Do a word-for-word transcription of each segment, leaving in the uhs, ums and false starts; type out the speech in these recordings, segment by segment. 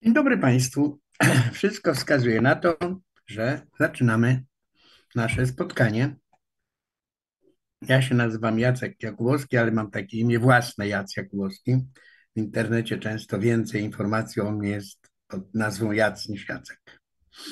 Dzień dobry Państwu. Wszystko wskazuje na to, że zaczynamy nasze spotkanie. Ja się nazywam Jacek Jakubowski, ale mam takie imię własne, Jacek Jakubowski. W internecie często więcej informacji o mnie jest pod nazwą Jac niż Jacek.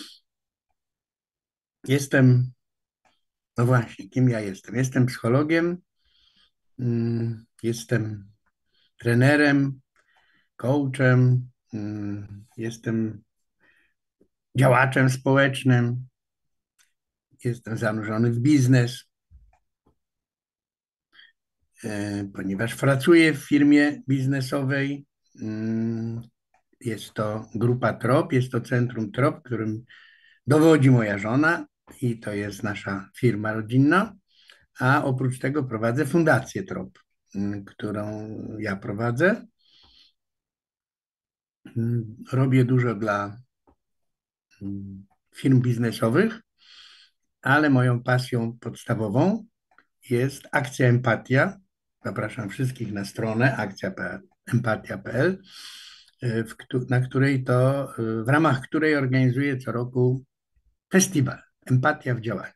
Jestem, no właśnie, kim ja jestem? Jestem psychologiem, mm, jestem trenerem, coachem, mm, jestem działaczem społecznym, jestem zanurzony w biznes, e, ponieważ pracuję w firmie biznesowej. Mm, Jest to grupa Trop, jest to Centrum Trop, którym dowodzi moja żona i to jest nasza firma rodzinna. A oprócz tego prowadzę Fundację Trop, mm, którą ja prowadzę. Mm, Robię dużo dla mm, firm biznesowych, ale moją pasją podstawową jest akcja Empatia. Zapraszam wszystkich na stronę akcja empatia kropka p l, w, któ- na której to, y, w ramach której organizuję co roku festiwal Empatia w działaniu.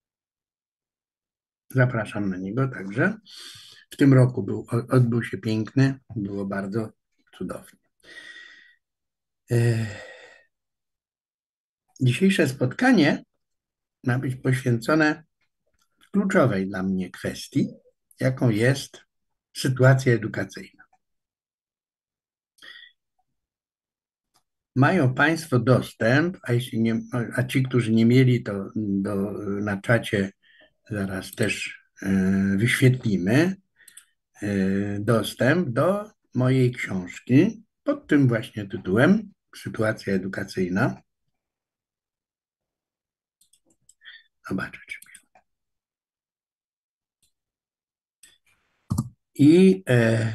Zapraszam na niego także. W tym roku był, odbył się piękny, było bardzo cudownie. E, Dzisiejsze spotkanie ma być poświęcone kluczowej dla mnie kwestii, jaką jest sytuacja edukacyjna. Mają Państwo dostęp, a, jeśli nie, a ci, którzy nie mieli, to do, na czacie zaraz też e, wyświetlimy e, dostęp do mojej książki pod tym właśnie tytułem Sytuacja edukacyjna. Zobaczyć. I e,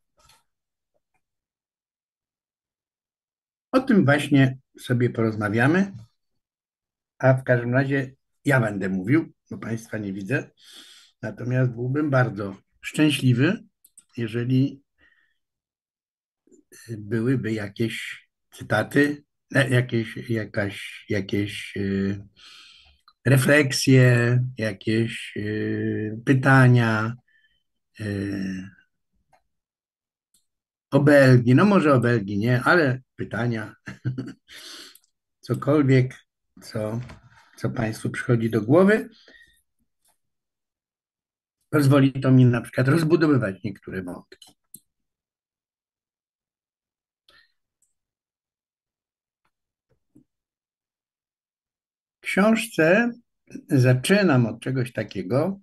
o tym właśnie sobie porozmawiamy, a w każdym razie ja będę mówił, bo Państwa nie widzę. Natomiast byłbym bardzo szczęśliwy, jeżeli byłyby jakieś cytaty, e, jakieś, jakaś, jakieś e, refleksje, jakieś e, pytania, e, obelgi, no może obelgi nie, ale pytania, cokolwiek, co, co Państwu przychodzi do głowy, pozwoli to mi na przykład rozbudowywać niektóre wątki. W książce zaczynam od czegoś takiego.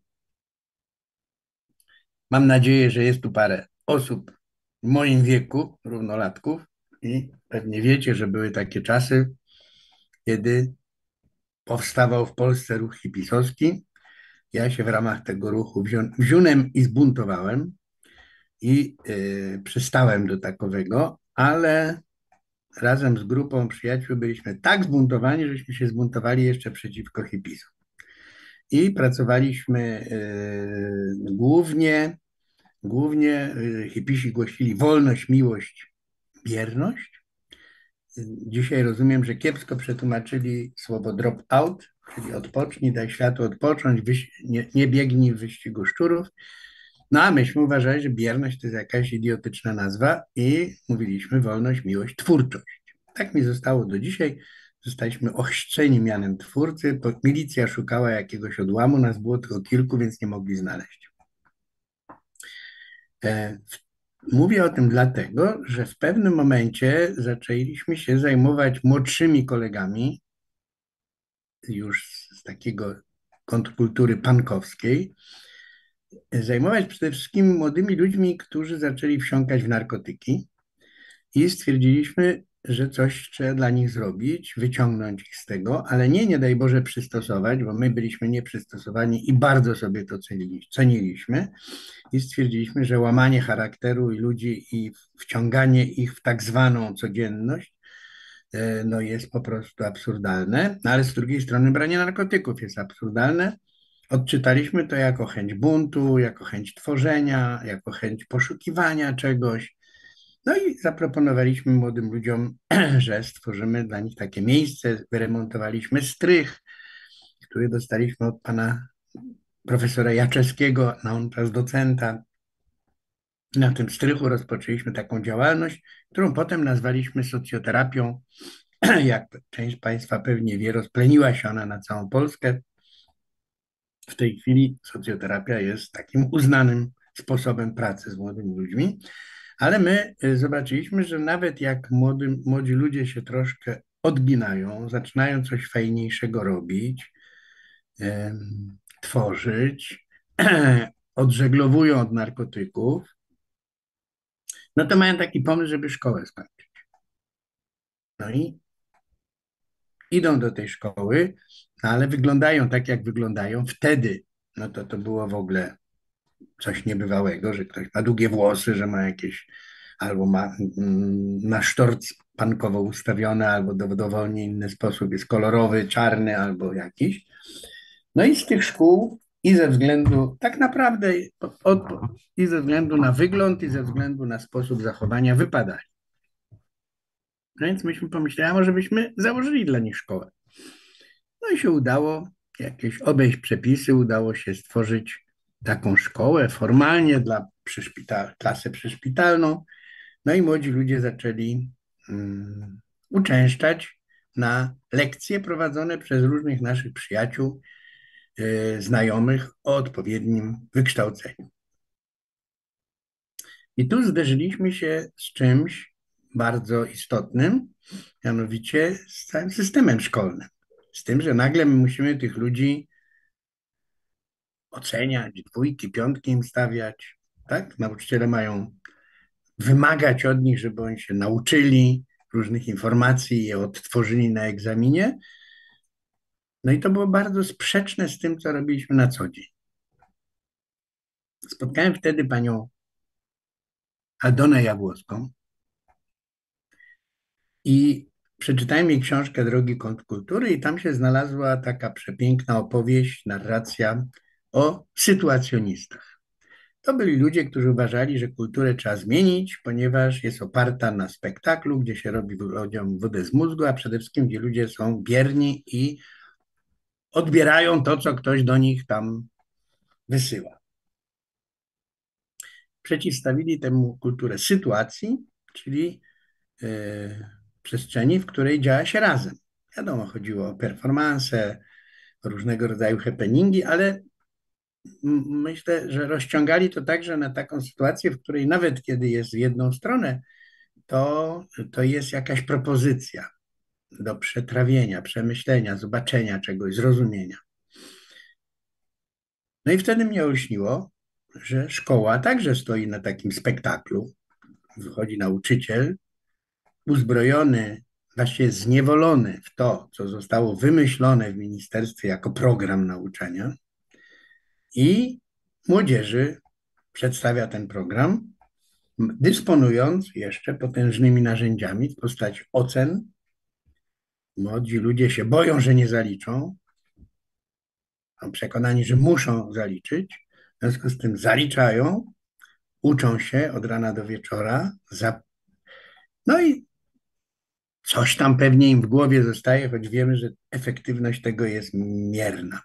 Mam nadzieję, że jest tu parę osób w moim wieku, równolatków, i pewnie wiecie, że były takie czasy, kiedy powstawał w Polsce ruch hipisowski. Ja się w ramach tego ruchu wzią, wziąłem i zbuntowałem i yy, przystałem do takowego, ale razem z grupą przyjaciół byliśmy tak zbuntowani, żeśmy się zbuntowali jeszcze przeciwko hipisom. I pracowaliśmy yy, głównie, głównie yy, hipisi głosili wolność, miłość, bierność. Dzisiaj rozumiem, że kiepsko przetłumaczyli słowo drop out, czyli odpocznij, daj światu odpocząć, wyś- nie, nie biegnij w wyścigu szczurów. No a myśmy uważali, że bierność to jest jakaś idiotyczna nazwa i mówiliśmy wolność, miłość, twórczość. Tak mi zostało do dzisiaj. Zostaliśmy ochrzczeni mianem twórcy. Milicja szukała jakiegoś odłamu, nas było tylko kilku, więc nie mogli znaleźć. E, Mówię o tym dlatego, że w pewnym momencie zaczęliśmy się zajmować młodszymi kolegami, już z takiego kontrkultury pankowskiej, zajmować przede wszystkim młodymi ludźmi, którzy zaczęli wsiąkać w narkotyki i stwierdziliśmy, że coś trzeba dla nich zrobić, wyciągnąć ich z tego, ale nie, nie daj Boże, przystosować, bo my byliśmy nieprzystosowani i bardzo sobie to ceniliśmy i stwierdziliśmy, że łamanie charakteru i ludzi i wciąganie ich w tak zwaną codzienność e, no jest po prostu absurdalne, no ale z drugiej strony branie narkotyków jest absurdalne. Odczytaliśmy to jako chęć buntu, jako chęć tworzenia, jako chęć poszukiwania czegoś. No i zaproponowaliśmy młodym ludziom, że stworzymy dla nich takie miejsce. Wyremontowaliśmy strych, który dostaliśmy od pana profesora Jaczewskiego, na on czas docenta. Na tym strychu rozpoczęliśmy taką działalność, którą potem nazwaliśmy socjoterapią. Jak część Państwa pewnie wie, rozpleniła się ona na całą Polskę. W tej chwili socjoterapia jest takim uznanym sposobem pracy z młodymi ludźmi, ale my y, zobaczyliśmy, że nawet jak młody, młodzi ludzie się troszkę odginają, zaczynają coś fajniejszego robić, em, tworzyć, odżeglowują od narkotyków, no to mają taki pomysł, żeby szkołę skończyć. No i idą do tej szkoły, no ale wyglądają tak, jak wyglądają. Wtedy, no to to było w ogóle coś niebywałego, że ktoś ma długie włosy, że ma jakieś, albo ma, mm, ma sztort pankowo ustawiony, albo do, dowolnie inny sposób jest kolorowy, czarny, albo jakiś. No i z tych szkół i ze względu, tak naprawdę, od, i ze względu na wygląd, i ze względu na sposób zachowania wypadali. No więc myśmy pomyśleli, a może byśmy założyli dla nich szkołę. No i się udało jakieś obejść przepisy, udało się stworzyć taką szkołę formalnie dla przyszpital, klasę przyszpitalną. No i młodzi ludzie zaczęli um, uczęszczać na lekcje prowadzone przez różnych naszych przyjaciół, y, znajomych o odpowiednim wykształceniu. I tu zderzyliśmy się z czymś bardzo istotnym, mianowicie z całym systemem szkolnym. Z tym, że nagle my musimy tych ludzi oceniać, dwójki, piątki im stawiać, tak? Nauczyciele mają wymagać od nich, żeby oni się nauczyli różnych informacji i je odtworzyli na egzaminie. No i to było bardzo sprzeczne z tym, co robiliśmy na co dzień. Spotkałem wtedy panią Aldonę Jabłowską i przeczytałem jej książkę Drogi kontrkultury i tam się znalazła taka przepiękna opowieść, narracja o sytuacjonistach. To byli ludzie, którzy uważali, że kulturę trzeba zmienić, ponieważ jest oparta na spektaklu, gdzie się robi ludziom wodę z mózgu, a przede wszystkim gdzie ludzie są bierni i odbierają to, co ktoś do nich tam wysyła. Przeciwstawili temu kulturę sytuacji, czyli e, przestrzeni, w której działa się razem. Wiadomo, chodziło o performance, o różnego rodzaju happeningi, ale myślę, że rozciągali to także na taką sytuację, w której nawet kiedy jest w jedną stronę, to, to jest jakaś propozycja do przetrawienia, przemyślenia, zobaczenia czegoś, zrozumienia. No i wtedy mnie olśniło, że szkoła także stoi na takim spektaklu. Wychodzi nauczyciel, uzbrojony, właściwie zniewolony w to, co zostało wymyślone w ministerstwie jako program nauczania i młodzieży przedstawia ten program, dysponując jeszcze potężnymi narzędziami w postaci ocen. Młodzi ludzie się boją, że nie zaliczą, są przekonani, że muszą zaliczyć, w związku z tym zaliczają, uczą się od rana do wieczora, za... no i coś tam pewnie im w głowie zostaje, choć wiemy, że efektywność tego jest mierna.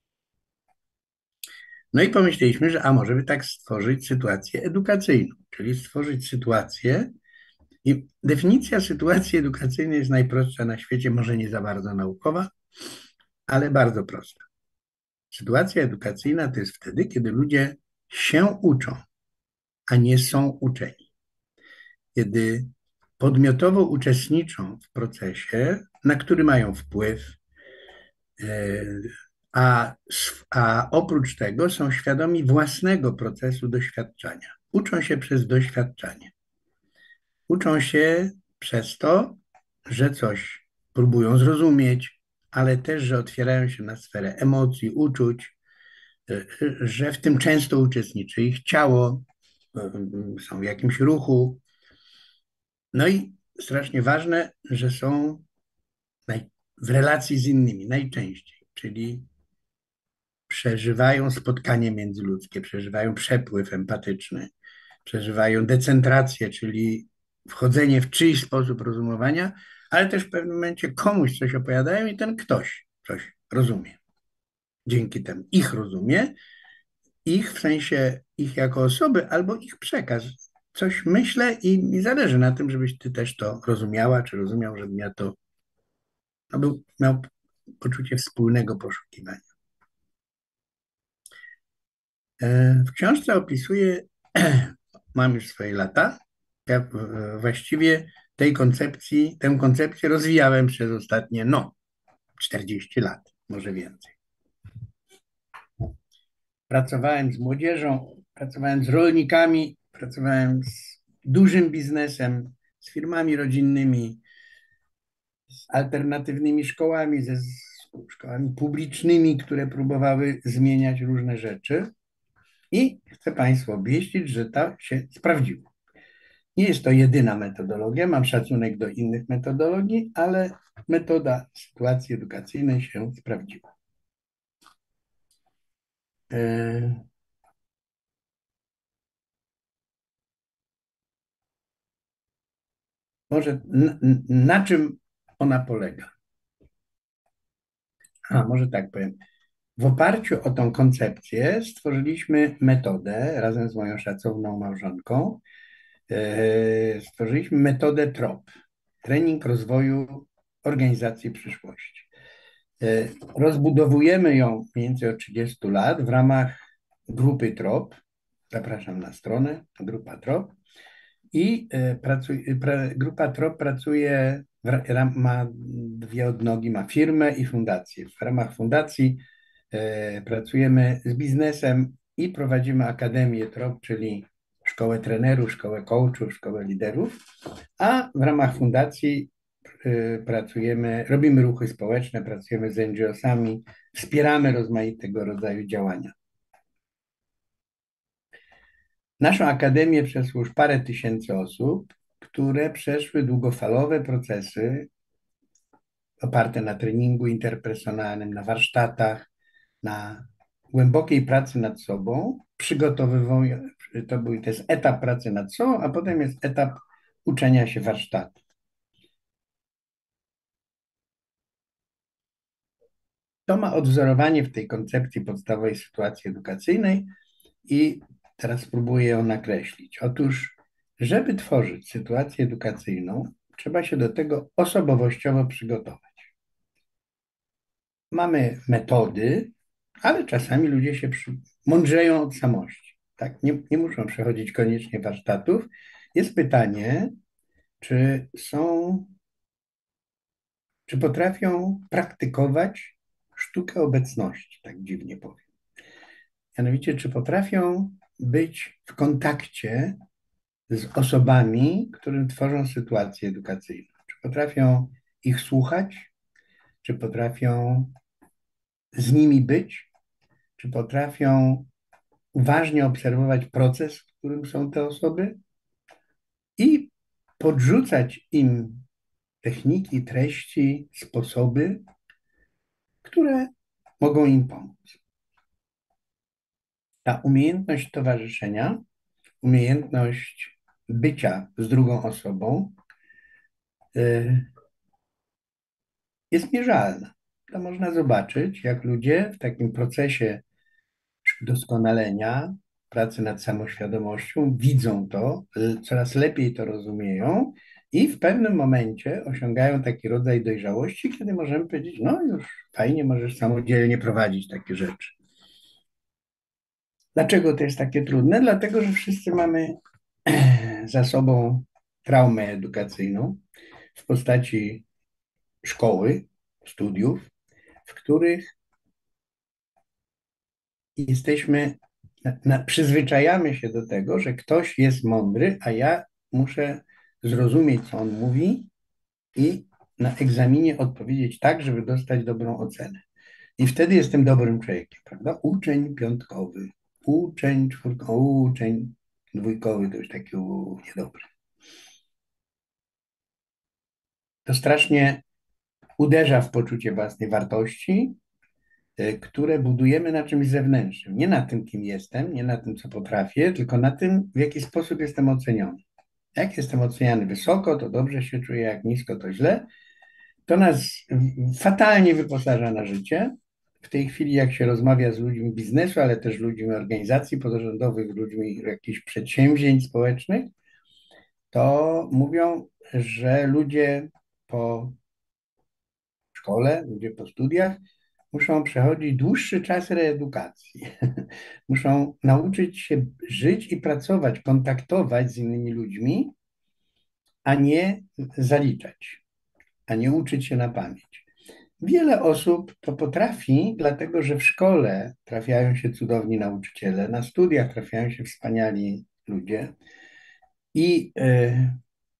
No i pomyśleliśmy, że a może by tak stworzyć sytuację edukacyjną, czyli stworzyć sytuację, i definicja sytuacji edukacyjnej jest najprostsza na świecie, może nie za bardzo naukowa, ale bardzo prosta. Sytuacja edukacyjna to jest wtedy, kiedy ludzie się uczą, a nie są uczeni. Kiedy podmiotowo uczestniczą w procesie, na który mają wpływ, e, a, a oprócz tego są świadomi własnego procesu doświadczania. Uczą się przez doświadczanie. Uczą się przez to, że coś próbują zrozumieć, ale też, że otwierają się na sferę emocji, uczuć, że w tym często uczestniczy ich ciało, są w jakimś ruchu. No i strasznie ważne, że są w relacji z innymi najczęściej, czyli przeżywają spotkanie międzyludzkie, przeżywają przepływ empatyczny, przeżywają decentrację, czyli wchodzenie w czyjś sposób rozumowania, ale też w pewnym momencie komuś coś opowiadają i ten ktoś coś rozumie. Dzięki temu ich rozumie, ich w sensie ich jako osoby, albo ich przekaz. Coś myślę i mi zależy na tym, żebyś ty też to rozumiała, czy rozumiał, żebym ja to no, był, miał poczucie wspólnego poszukiwania. E, W książce opisuję, mam już swoje lata, ja e, właściwie tej koncepcji, tę koncepcję rozwijałem przez ostatnie, no, czterdzieści lat, może więcej. Pracowałem z młodzieżą, pracowałem z rolnikami, pracowałem z dużym biznesem, z firmami rodzinnymi, z alternatywnymi szkołami, ze szkołami publicznymi, które próbowały zmieniać różne rzeczy. I chcę Państwu obwieścić, że to się sprawdziło. Nie jest to jedyna metodologia, mam szacunek do innych metodologii, ale metoda sytuacji edukacyjnej się sprawdziła. E, Może na, na czym ona polega? A, może tak powiem. W oparciu o tą koncepcję stworzyliśmy metodę razem z moją szacowną małżonką. E, stworzyliśmy metodę TROP, trening rozwoju organizacji przyszłości. E, Rozbudowujemy ją mniej więcej od trzydziestu lat w ramach grupy TROP. Zapraszam na stronę, grupa TROP. I e, pracuj, pra, grupa TROP pracuje, w ra- ma dwie odnogi, ma firmę i fundację. W ramach fundacji e, pracujemy z biznesem i prowadzimy Akademię TROP, czyli szkołę trenerów, szkołę coachów, szkołę liderów, a w ramach fundacji e, pracujemy, robimy ruchy społeczne, pracujemy z N G O-sami, wspieramy rozmaitego rodzaju działania. Naszą akademię przeszło już parę tysięcy osób, które przeszły długofalowe procesy oparte na treningu interpersonalnym, na warsztatach, na głębokiej pracy nad sobą, przygotowywują, to, był, to jest etap pracy nad sobą, a potem jest etap uczenia się warsztatu. To ma odwzorowanie w tej koncepcji podstawowej sytuacji edukacyjnej i teraz spróbuję ją nakreślić. Otóż, żeby tworzyć sytuację edukacyjną, trzeba się do tego osobowościowo przygotować. Mamy metody, ale czasami ludzie się przy... mądrzeją od samości. Tak? Nie, nie muszą przechodzić koniecznie warsztatów. Jest pytanie, czy są, czy potrafią praktykować sztukę obecności, tak dziwnie powiem. Mianowicie, czy potrafią być w kontakcie z osobami, którym tworzą sytuację edukacyjną. Czy potrafią ich słuchać, czy potrafią z nimi być, czy potrafią uważnie obserwować proces, w którym są te osoby i podrzucać im techniki, treści, sposoby, które mogą im pomóc. Ta umiejętność towarzyszenia, umiejętność bycia z drugą osobą y, jest mierzalna. To można zobaczyć, jak ludzie w takim procesie doskonalenia, pracy nad samoświadomością widzą to, coraz lepiej to rozumieją i w pewnym momencie osiągają taki rodzaj dojrzałości, kiedy możemy powiedzieć, no już fajnie, możesz samodzielnie prowadzić takie rzeczy. Dlaczego to jest takie trudne? Dlatego, że wszyscy mamy za sobą traumę edukacyjną w postaci szkoły, studiów, w których jesteśmy, na, na, przyzwyczajamy się do tego, że ktoś jest mądry, a ja muszę zrozumieć, co on mówi i na egzaminie odpowiedzieć tak, żeby dostać dobrą ocenę. I wtedy jestem dobrym człowiekiem, prawda? Uczeń piątkowy, uczeń czwórkowy, uczeń dwójkowy to już taki u, niedobry. To strasznie uderza w poczucie własnej wartości, które budujemy na czymś zewnętrznym. Nie na tym, kim jestem, nie na tym, co potrafię, tylko na tym, w jaki sposób jestem oceniony. Jak jestem oceniany wysoko, to dobrze się czuję, jak nisko, to źle. To nas fatalnie wyposaża na życie. W tej chwili, jak się rozmawia z ludźmi biznesu, ale też ludźmi organizacji pozarządowych, ludźmi jakichś przedsięwzięć społecznych, to mówią, że ludzie po szkole, ludzie po studiach muszą przechodzić dłuższy czas reedukacji. Muszą nauczyć się żyć i pracować, kontaktować z innymi ludźmi, a nie zaliczać, a nie uczyć się na pamięć. Wiele osób to potrafi, dlatego że w szkole trafiają się cudowni nauczyciele, na studiach trafiają się wspaniali ludzie i, e,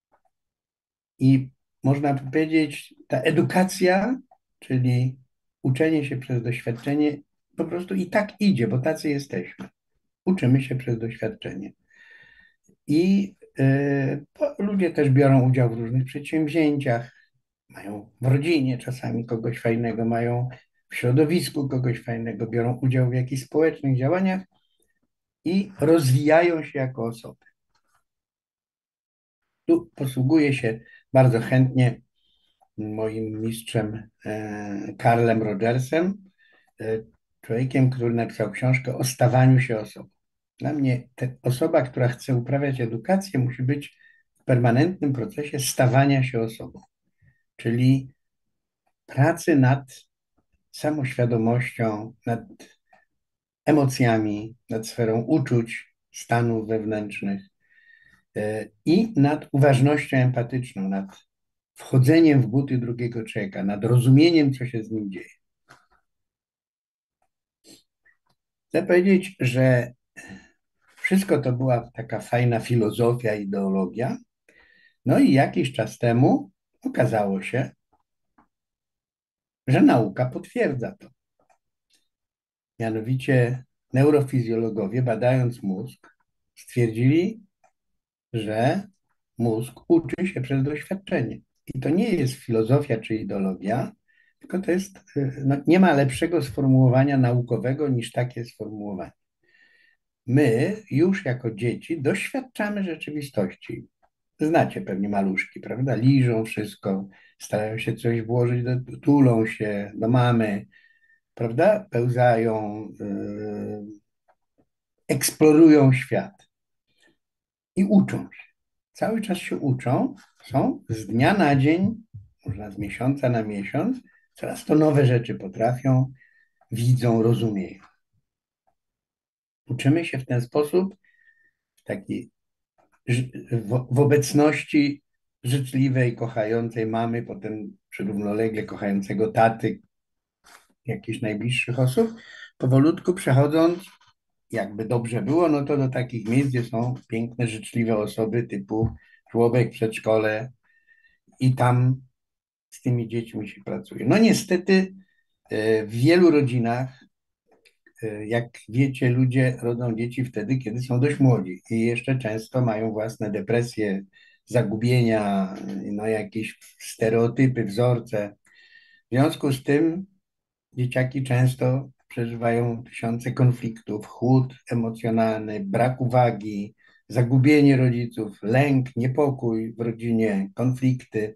i można by powiedzieć, ta edukacja, czyli uczenie się przez doświadczenie, po prostu i tak idzie, bo tacy jesteśmy. Uczymy się przez doświadczenie. I e, po- ludzie też biorą udział w różnych przedsięwzięciach, mają w rodzinie czasami kogoś fajnego, mają w środowisku kogoś fajnego, biorą udział w jakichś społecznych działaniach i rozwijają się jako osoby. Tu posługuję się bardzo chętnie moim mistrzem e, Karlem Rogersem, e, człowiekiem, który napisał książkę o stawaniu się osobą. Dla mnie te, osoba, która chce uprawiać edukację, musi być w permanentnym procesie stawania się osobą, czyli pracy nad samoświadomością, nad emocjami, nad sferą uczuć, stanów wewnętrznych e, i nad uważnością empatyczną, nad wchodzeniem w buty drugiego człowieka, nad rozumieniem, co się z nim dzieje. Chcę powiedzieć, że wszystko to była taka fajna filozofia, ideologia. No i jakiś czas temu okazało się, że nauka potwierdza to. Mianowicie neurofizjologowie, badając mózg, stwierdzili, że mózg uczy się przez doświadczenie. I to nie jest filozofia czy ideologia, tylko to jest, y, no, nie ma lepszego sformułowania naukowego niż takie sformułowanie. My już jako dzieci doświadczamy rzeczywistości. Znacie pewnie maluszki, prawda? Liżą wszystko, starają się coś włożyć, do, tulą się do mamy, prawda? Pełzają, yy, eksplorują świat i uczą się. Cały czas się uczą, są z dnia na dzień, można z miesiąca na miesiąc, coraz to nowe rzeczy potrafią, widzą, rozumieją. Uczymy się w ten sposób, w takiej w, w obecności życzliwej, kochającej mamy, potem równolegle kochającego taty, jakichś najbliższych osób, powolutku przechodząc, jakby dobrze było, no to do takich miejsc, gdzie są piękne, życzliwe osoby typu żłobek, przedszkole i tam z tymi dziećmi się pracuje. No niestety e, w wielu rodzinach, e, jak wiecie, ludzie rodzą dzieci wtedy, kiedy są dość młodzi i jeszcze często mają własne depresje, zagubienia, no jakieś stereotypy, wzorce. W związku z tym dzieciaki często przeżywają tysiące konfliktów, chłód emocjonalny, brak uwagi, zagubienie rodziców, lęk, niepokój w rodzinie, konflikty.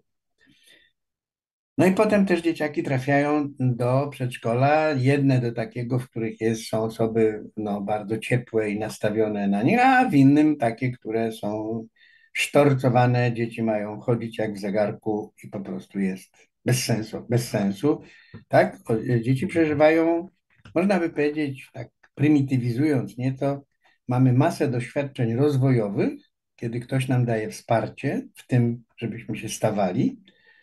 No i potem też dzieciaki trafiają do przedszkola, jedne do takiego, w których jest, są osoby no, bardzo ciepłe i nastawione na nie, a w innym takie, które są sztorcowane, dzieci mają chodzić jak w zegarku i po prostu jest bez sensu, bez sensu. Tak? O, dzieci przeżywają, można by powiedzieć, tak prymitywizując nieco, mamy masę doświadczeń rozwojowych, kiedy ktoś nam daje wsparcie w tym, żebyśmy się stawali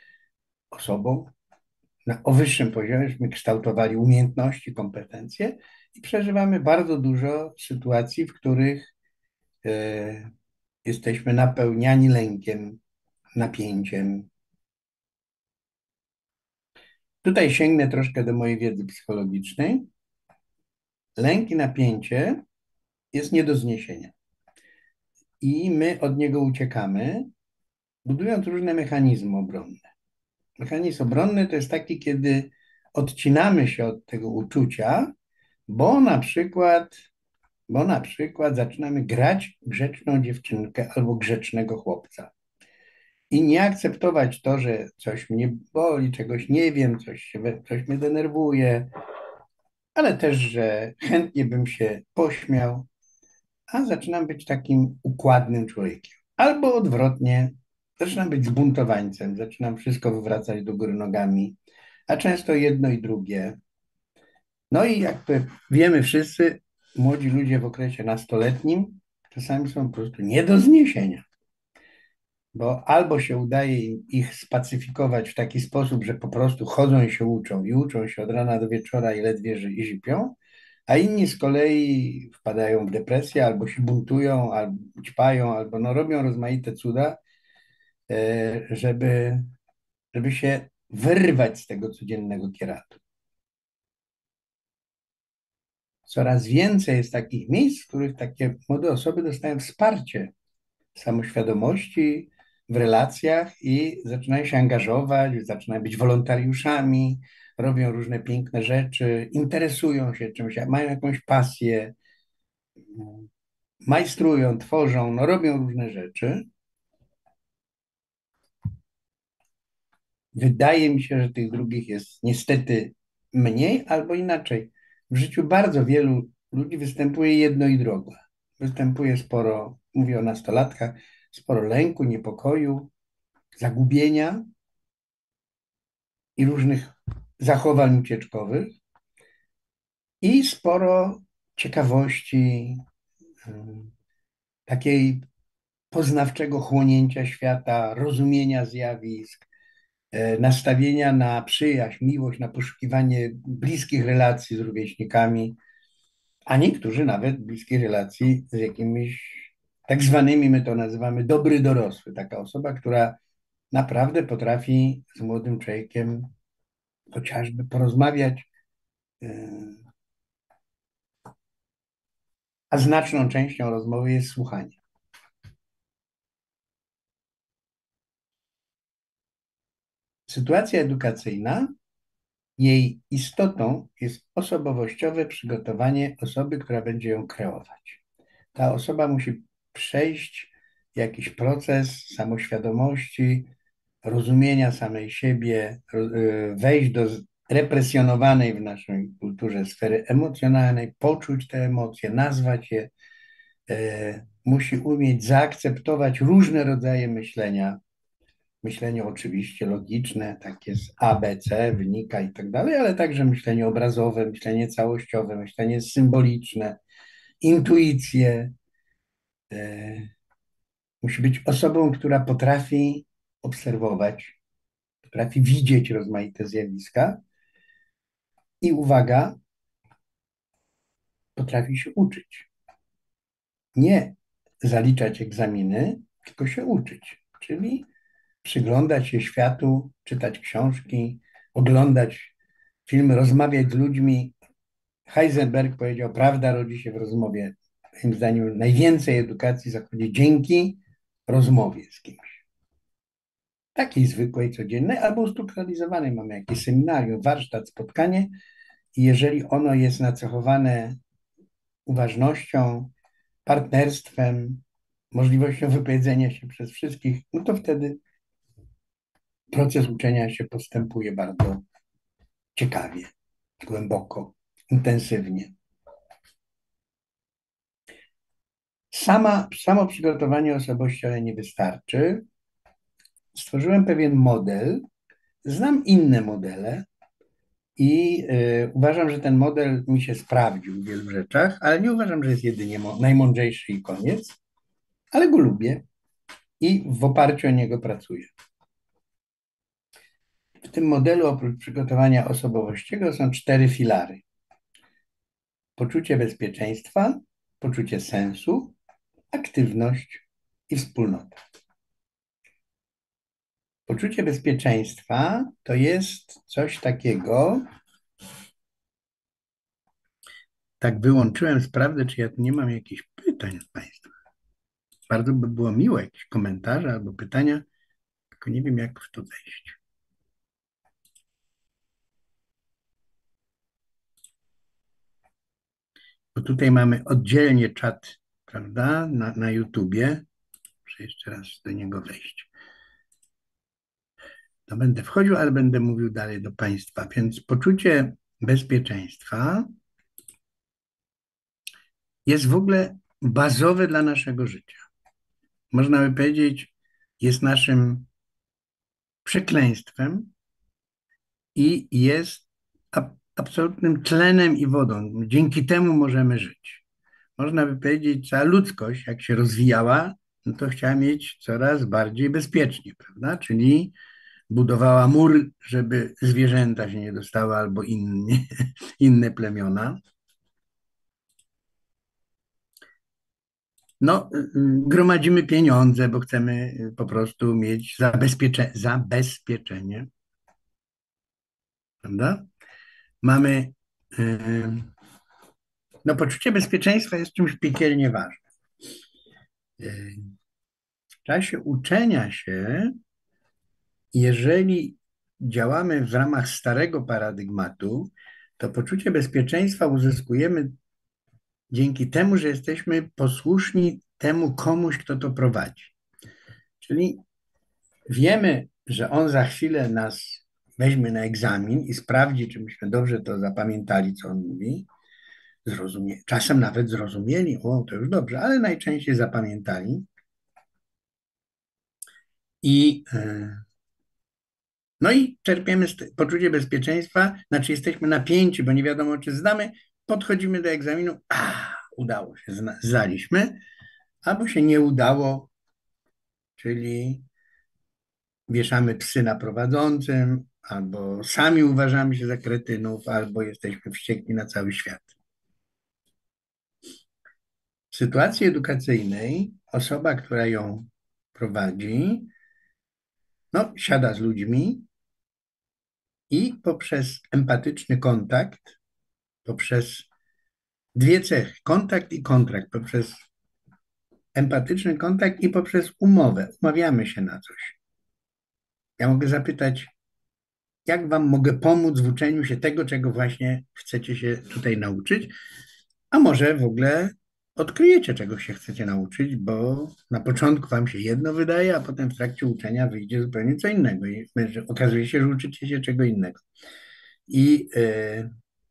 osobą na, o wyższym poziomie, żebyśmy kształtowali umiejętności, kompetencje i przeżywamy bardzo dużo sytuacji, w których e, jesteśmy napełniani lękiem, napięciem. Tutaj sięgnę troszkę do mojej wiedzy psychologicznej. Lęk i napięcie jest nie do zniesienia. I my od niego uciekamy, budując różne mechanizmy obronne. Mechanizm obronny to jest taki, kiedy odcinamy się od tego uczucia, bo na przykład Bo na przykład zaczynamy grać grzeczną dziewczynkę albo grzecznego chłopca. I nie akceptować to, że coś mnie boli, czegoś nie wiem, coś, się, we- coś mnie denerwuje, ale też, że chętnie bym się pośmiał, a zaczynam być takim układnym człowiekiem. Albo odwrotnie, zaczynam być zbuntowańcem, zaczynam wszystko wywracać do góry nogami, a często jedno i drugie. No i jak to wiemy wszyscy, młodzi ludzie w okresie nastoletnim czasami są po prostu nie do zniesienia, bo albo się udaje im ich spacyfikować w taki sposób, że po prostu chodzą i się uczą i uczą się od rana do wieczora i ledwie że i zipią, a inni z kolei wpadają w depresję, albo się buntują, albo ćpają, albo no robią rozmaite cuda, e, żeby, żeby się wyrwać z tego codziennego kieratu. Coraz więcej jest takich miejsc, w których takie młode osoby dostają wsparcie samoświadomości w relacjach i zaczynają się angażować, zaczynają być wolontariuszami, robią różne piękne rzeczy, interesują się czymś, mają jakąś pasję, majstrują, tworzą, no robią różne rzeczy. Wydaje mi się, że tych drugich jest niestety mniej, albo inaczej. W życiu bardzo wielu ludzi występuje jedno i drugie. Występuje sporo, mówię o nastolatkach, sporo lęku, niepokoju, zagubienia i różnych zachowań ucieczkowych i sporo ciekawości, ym, takiej poznawczego chłonięcia świata, rozumienia zjawisk, e, nastawienia na przyjaźń, miłość, na poszukiwanie bliskich relacji z rówieśnikami, a niektórzy nawet bliskich relacji z jakimiś tak zwanymi, my to nazywamy dobry dorosły, taka osoba, która naprawdę potrafi z młodym człowiekiem chociażby porozmawiać, e, a znaczną częścią rozmowy jest słuchanie. Sytuacja edukacyjna, jej istotą jest osobowościowe przygotowanie osoby, która będzie ją kreować. Ta osoba musi przejść jakiś proces samoświadomości, rozumienia samej siebie, ro- y, wejść do z- represjonowanej w naszej kulturze sfery emocjonalnej, poczuć te emocje, nazwać je, e, musi umieć zaakceptować różne rodzaje myślenia, myślenie oczywiście logiczne, takie z A, B, C wynika i tak dalej, ale także myślenie obrazowe, myślenie całościowe, myślenie symboliczne, intuicje. E, Musi być osobą, która potrafi obserwować, potrafi widzieć rozmaite zjawiska i uwaga, potrafi się uczyć. Nie zaliczać egzaminy, tylko się uczyć, czyli przyglądać się światu, czytać książki, oglądać filmy, rozmawiać z ludźmi. Heisenberg powiedział, prawda rodzi się w rozmowie. Moim zdaniem najwięcej edukacji zachodzi dzięki rozmowie z kimś. Takiej zwykłej, codziennej albo ustrukturalizowanej. Mamy jakieś seminarium, warsztat, spotkanie i jeżeli ono jest nacechowane uważnością, partnerstwem, możliwością wypowiedzenia się przez wszystkich, no to wtedy proces uczenia się postępuje bardzo ciekawie, głęboko, intensywnie. Sama, samo przygotowanie osobowościowe nie wystarczy. Stworzyłem pewien model, znam inne modele i y, uważam, że ten model mi się sprawdził w wielu rzeczach, ale nie uważam, że jest jedynie mo- najmądrzejszy i koniec, ale go lubię i w oparciu o niego pracuję. W tym modelu oprócz przygotowania osobowościowego są cztery filary. Poczucie bezpieczeństwa, poczucie sensu, aktywność i wspólnota. Poczucie bezpieczeństwa to jest coś takiego. Tak wyłączyłem sprawdzę, czy ja tu nie mam jakichś pytań od Państwa. Bardzo by było miło, jakieś komentarze albo pytania, tylko nie wiem, jak w to wejść. bo tutaj mamy oddzielnie czat, prawda, na, na YouTubie. Muszę jeszcze raz do niego wejść. To będę wchodził, ale będę mówił dalej do Państwa. Więc poczucie bezpieczeństwa jest w ogóle bazowe dla naszego życia. Można by powiedzieć, jest naszym przekleństwem i jest ab- absolutnym tlenem i wodą. Dzięki temu możemy żyć. Można by powiedzieć, cała ludzkość, jak się rozwijała, no to chciała mieć coraz bardziej bezpiecznie, prawda? Czyli budowała mur, żeby zwierzęta się nie dostały albo inne, inne plemiona. No, y, y, gromadzimy pieniądze, bo chcemy po prostu mieć zabezpiecze, zabezpieczenie, prawda? Mamy, y, no poczucie bezpieczeństwa jest czymś piekielnie ważnym. Y, W czasie uczenia się, jeżeli działamy w ramach starego paradygmatu, to poczucie bezpieczeństwa uzyskujemy dzięki temu, że jesteśmy posłuszni temu komuś, kto to prowadzi. Czyli wiemy, że on za chwilę nas weźmie na egzamin i sprawdzi, czy myśmy dobrze to zapamiętali, co on mówi. Zrozumie, czasem nawet zrozumieli, o, to już dobrze, ale najczęściej zapamiętali. I, e, no i czerpiemy poczucie bezpieczeństwa, znaczy jesteśmy napięci, bo nie wiadomo, czy zdamy, podchodzimy do egzaminu, a, udało się, zdaliśmy, albo się nie udało, czyli wieszamy psy na prowadzącym, albo sami uważamy się za kretynów, albo jesteśmy wściekli na cały świat. W sytuacji edukacyjnej osoba, która ją prowadzi, no, siada z ludźmi i poprzez empatyczny kontakt, poprzez dwie cechy, kontakt i kontrakt, poprzez empatyczny kontakt i poprzez umowę, umawiamy się na coś. Ja mogę zapytać, jak wam mogę pomóc w uczeniu się tego, czego właśnie chcecie się tutaj nauczyć, a może w ogóle odkryjecie, czego się chcecie nauczyć, bo na początku wam się jedno wydaje, a potem w trakcie uczenia wyjdzie zupełnie co innego i okazuje się, że uczycie się czego innego. I e,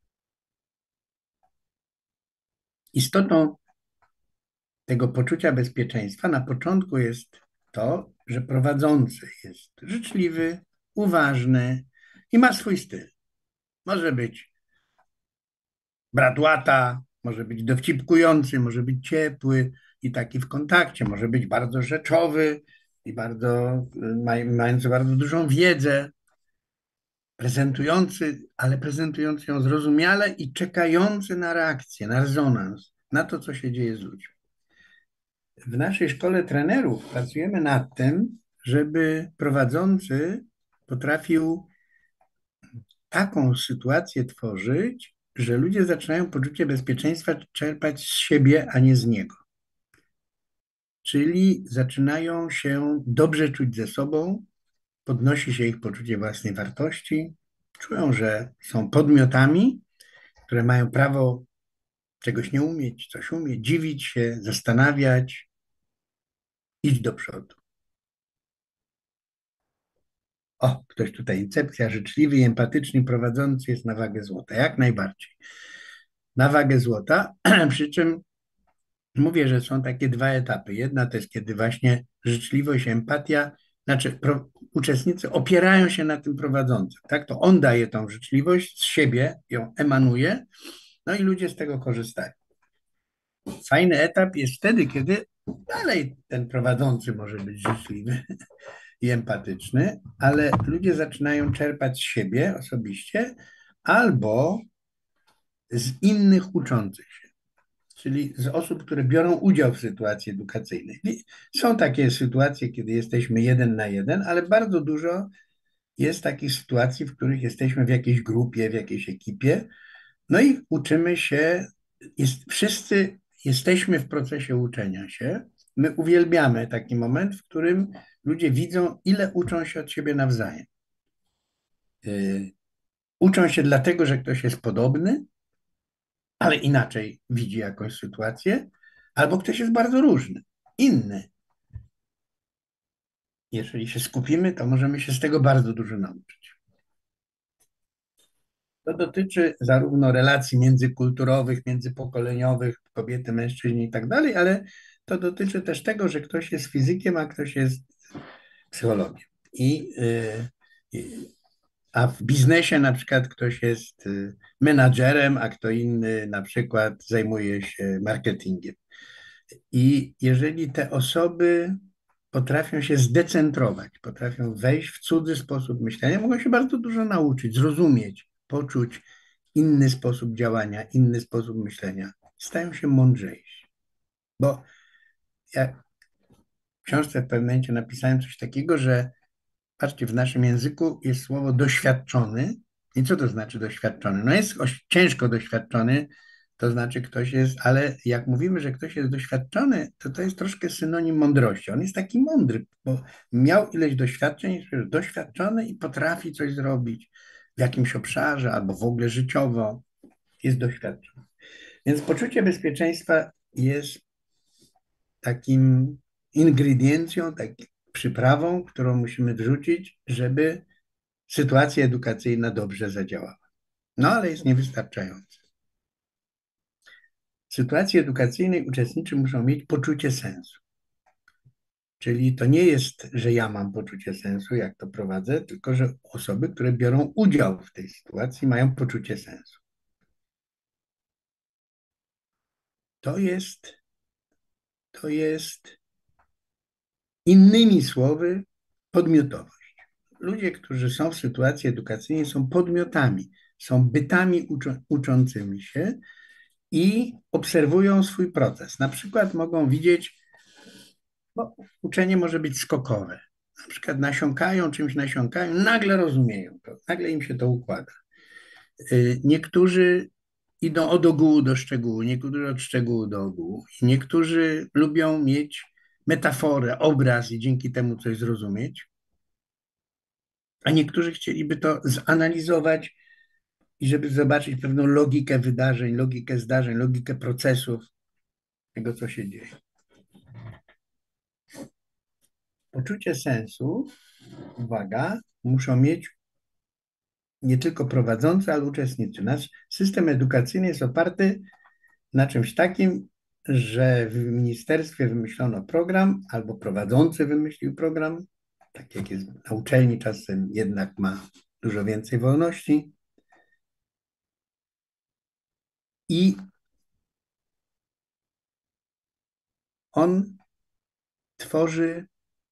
istotą tego poczucia bezpieczeństwa na początku jest to, że prowadzący jest życzliwy, uważny i ma swój styl. Może być bradłata, może być dowcipkujący, może być ciepły i taki w kontakcie, może być bardzo rzeczowy i bardzo, mający bardzo dużą wiedzę, prezentujący, ale prezentujący ją zrozumiale i czekający na reakcję, na rezonans, na to, co się dzieje z ludźmi. W naszej szkole trenerów pracujemy nad tym, żeby prowadzący potrafił taką sytuację tworzyć, że ludzie zaczynają poczucie bezpieczeństwa czerpać z siebie, a nie z niego. Czyli zaczynają się dobrze czuć ze sobą, podnosi się ich poczucie własnej wartości, czują, że są podmiotami, które mają prawo czegoś nie umieć, coś umieć, dziwić się, zastanawiać, iść do przodu. O, ktoś tutaj, incepcja, życzliwy i empatyczny prowadzący jest na wagę złota, jak najbardziej. Na wagę złota, przy czym mówię, że są takie dwa etapy. Jedna to jest, kiedy właśnie życzliwość, empatia, znaczy pro, uczestnicy opierają się na tym prowadzącym, tak? To on daje tą życzliwość z siebie, ją emanuje, no i ludzie z tego korzystają. Fajny etap jest wtedy, kiedy dalej ten prowadzący może być życzliwy i empatyczny, ale ludzie zaczynają czerpać z siebie osobiście albo z innych uczących się, czyli z osób, które biorą udział w sytuacji edukacyjnej. Są takie sytuacje, kiedy jesteśmy jeden na jeden, ale bardzo dużo jest takich sytuacji, w których jesteśmy w jakiejś grupie, w jakiejś ekipie, no i uczymy się, jest, wszyscy jesteśmy w procesie uczenia się. My uwielbiamy taki moment, w którym ludzie widzą, ile uczą się od siebie nawzajem. Yy, uczą się dlatego, że ktoś jest podobny, ale inaczej widzi jakąś sytuację, albo ktoś jest bardzo różny, inny. Jeżeli się skupimy, to możemy się z tego bardzo dużo nauczyć. To dotyczy zarówno relacji międzykulturowych, międzypokoleniowych, kobiety, mężczyźni i tak dalej, ale to dotyczy też tego, że ktoś jest fizykiem, a ktoś jest psychologiem. I, y, a w biznesie na przykład ktoś jest y, menadżerem, a kto inny na przykład zajmuje się marketingiem. I jeżeli te osoby potrafią się zdecentrować, potrafią wejść w cudzy sposób myślenia, mogą się bardzo dużo nauczyć, zrozumieć, poczuć inny sposób działania, inny sposób myślenia. Stają się mądrzejsi. Bo ja w książce w pewnym momencie napisałem coś takiego, że patrzcie, w naszym języku jest słowo doświadczony. I co to znaczy doświadczony? No jest oś- ciężko doświadczony, to znaczy ktoś jest, ale jak mówimy, że ktoś jest doświadczony, to to jest troszkę synonim mądrości. On jest taki mądry, bo miał ileś doświadczeń, jest doświadczony i potrafi coś zrobić w jakimś obszarze albo w ogóle życiowo jest doświadczony. Więc poczucie bezpieczeństwa jest takim ingrediencją, taką przyprawą, którą musimy wrzucić, żeby sytuacja edukacyjna dobrze zadziałała. No ale jest niewystarczająca. W sytuacji edukacyjnej uczestnicy muszą mieć poczucie sensu. Czyli to nie jest, że ja mam poczucie sensu, jak to prowadzę, tylko że osoby, które biorą udział w tej sytuacji, mają poczucie sensu. To jest, to jest innymi słowy podmiotowość. Ludzie, którzy są w sytuacji edukacyjnej, są podmiotami, są bytami uczą, uczącymi się i obserwują swój proces. Na przykład mogą widzieć, bo uczenie może być skokowe. Na przykład nasiąkają, czymś nasiąkają, nagle rozumieją to, nagle im się to układa. Y, Niektórzy idą od ogółu do szczegółu, niektórzy od szczegółu do ogółu. I niektórzy lubią mieć metaforę, obraz i dzięki temu coś zrozumieć, a niektórzy chcieliby to zanalizować i żeby zobaczyć pewną logikę wydarzeń, logikę zdarzeń, logikę procesów, tego, co się dzieje. Poczucie sensu, uwaga, muszą mieć nie tylko prowadzący, ale uczestnicy. Nasz system edukacyjny jest oparty na czymś takim, że w ministerstwie wymyślono program, albo prowadzący wymyślił program, tak jak jest na uczelni, czasem jednak ma dużo więcej wolności. I on tworzy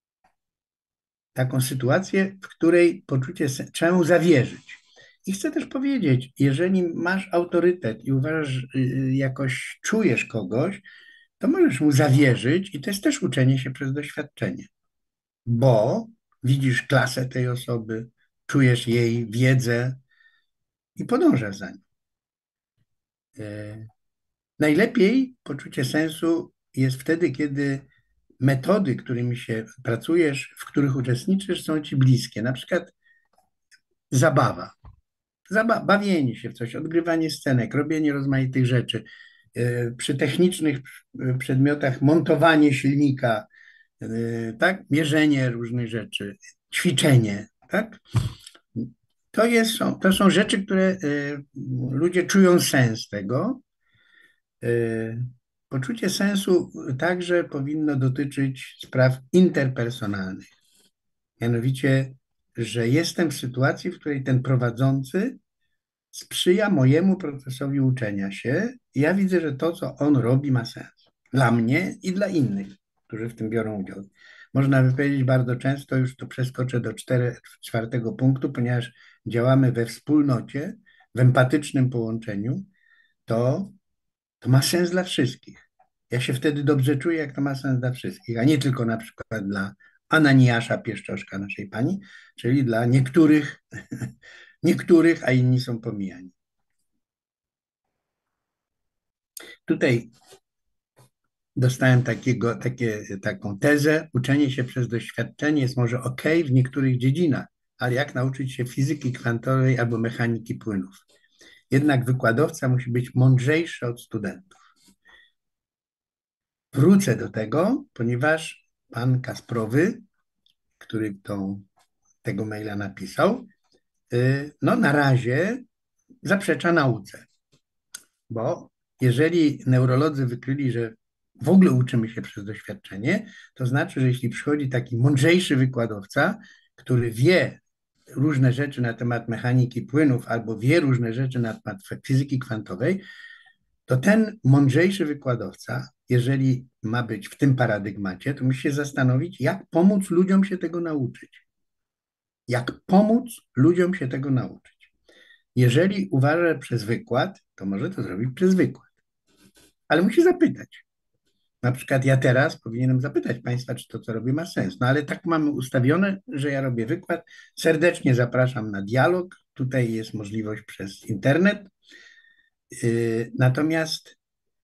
taką sytuację, w której poczucie sen- trzeba mu zawierzyć. I chcę też powiedzieć, jeżeli masz autorytet i uważasz, y, jakoś czujesz kogoś, to możesz mu zawierzyć i to jest też uczenie się przez doświadczenie, bo widzisz klasę tej osoby, czujesz jej wiedzę i podążasz za nią. E, Najlepiej poczucie sensu jest wtedy, kiedy metody, którymi się pracujesz, w których uczestniczysz, są ci bliskie. Na przykład zabawa. Zaba bawienie się w coś, odgrywanie scenek, robienie rozmaitych rzeczy. E, Przy technicznych e, przedmiotach montowanie silnika, e, tak? Mierzenie różnych rzeczy, ćwiczenie, tak? To jest, są, to są rzeczy, które e, ludzie czują sens tego. E, Poczucie sensu także powinno dotyczyć spraw interpersonalnych. Mianowicie, że jestem w sytuacji, w której ten prowadzący sprzyja mojemu procesowi uczenia się. Ja widzę, że to, co on robi, ma sens. Dla mnie i dla innych, którzy w tym biorą udział. Można by powiedzieć bardzo często, już to przeskoczę do cztery, czwartego punktu, ponieważ działamy we wspólnocie, w empatycznym połączeniu, to, to ma sens dla wszystkich. Ja się wtedy dobrze czuję, jak to ma sens dla wszystkich, a nie tylko na przykład dla Ananiasza Pieszczoszka, naszej pani, czyli dla niektórych, niektórych, a inni są pomijani. Tutaj dostałem takiego, takie, taką tezę, uczenie się przez doświadczenie jest może ok w niektórych dziedzinach, ale jak nauczyć się fizyki kwantowej albo mechaniki płynów? Jednak wykładowca musi być mądrzejszy od studentów. Wrócę do tego, ponieważ pan Kasprowy, który tą, tego maila napisał, y, no na razie zaprzecza nauce, bo jeżeli neurolodzy wykryli, że w ogóle uczymy się przez doświadczenie, to znaczy, że jeśli przychodzi taki mądrzejszy wykładowca, który wie różne rzeczy na temat mechaniki płynów albo wie różne rzeczy na temat fizyki kwantowej, to ten mądrzejszy wykładowca, jeżeli ma być w tym paradygmacie, to musi się zastanowić, jak pomóc ludziom się tego nauczyć. Jak pomóc ludziom się tego nauczyć. Jeżeli uważa, że przez wykład, to może to zrobić przez wykład. Ale musi zapytać. Na przykład ja teraz powinienem zapytać Państwa, czy to, co robię, ma sens. No ale tak mamy ustawione, że ja robię wykład. Serdecznie zapraszam na dialog. Tutaj jest możliwość przez internet. Yy, Natomiast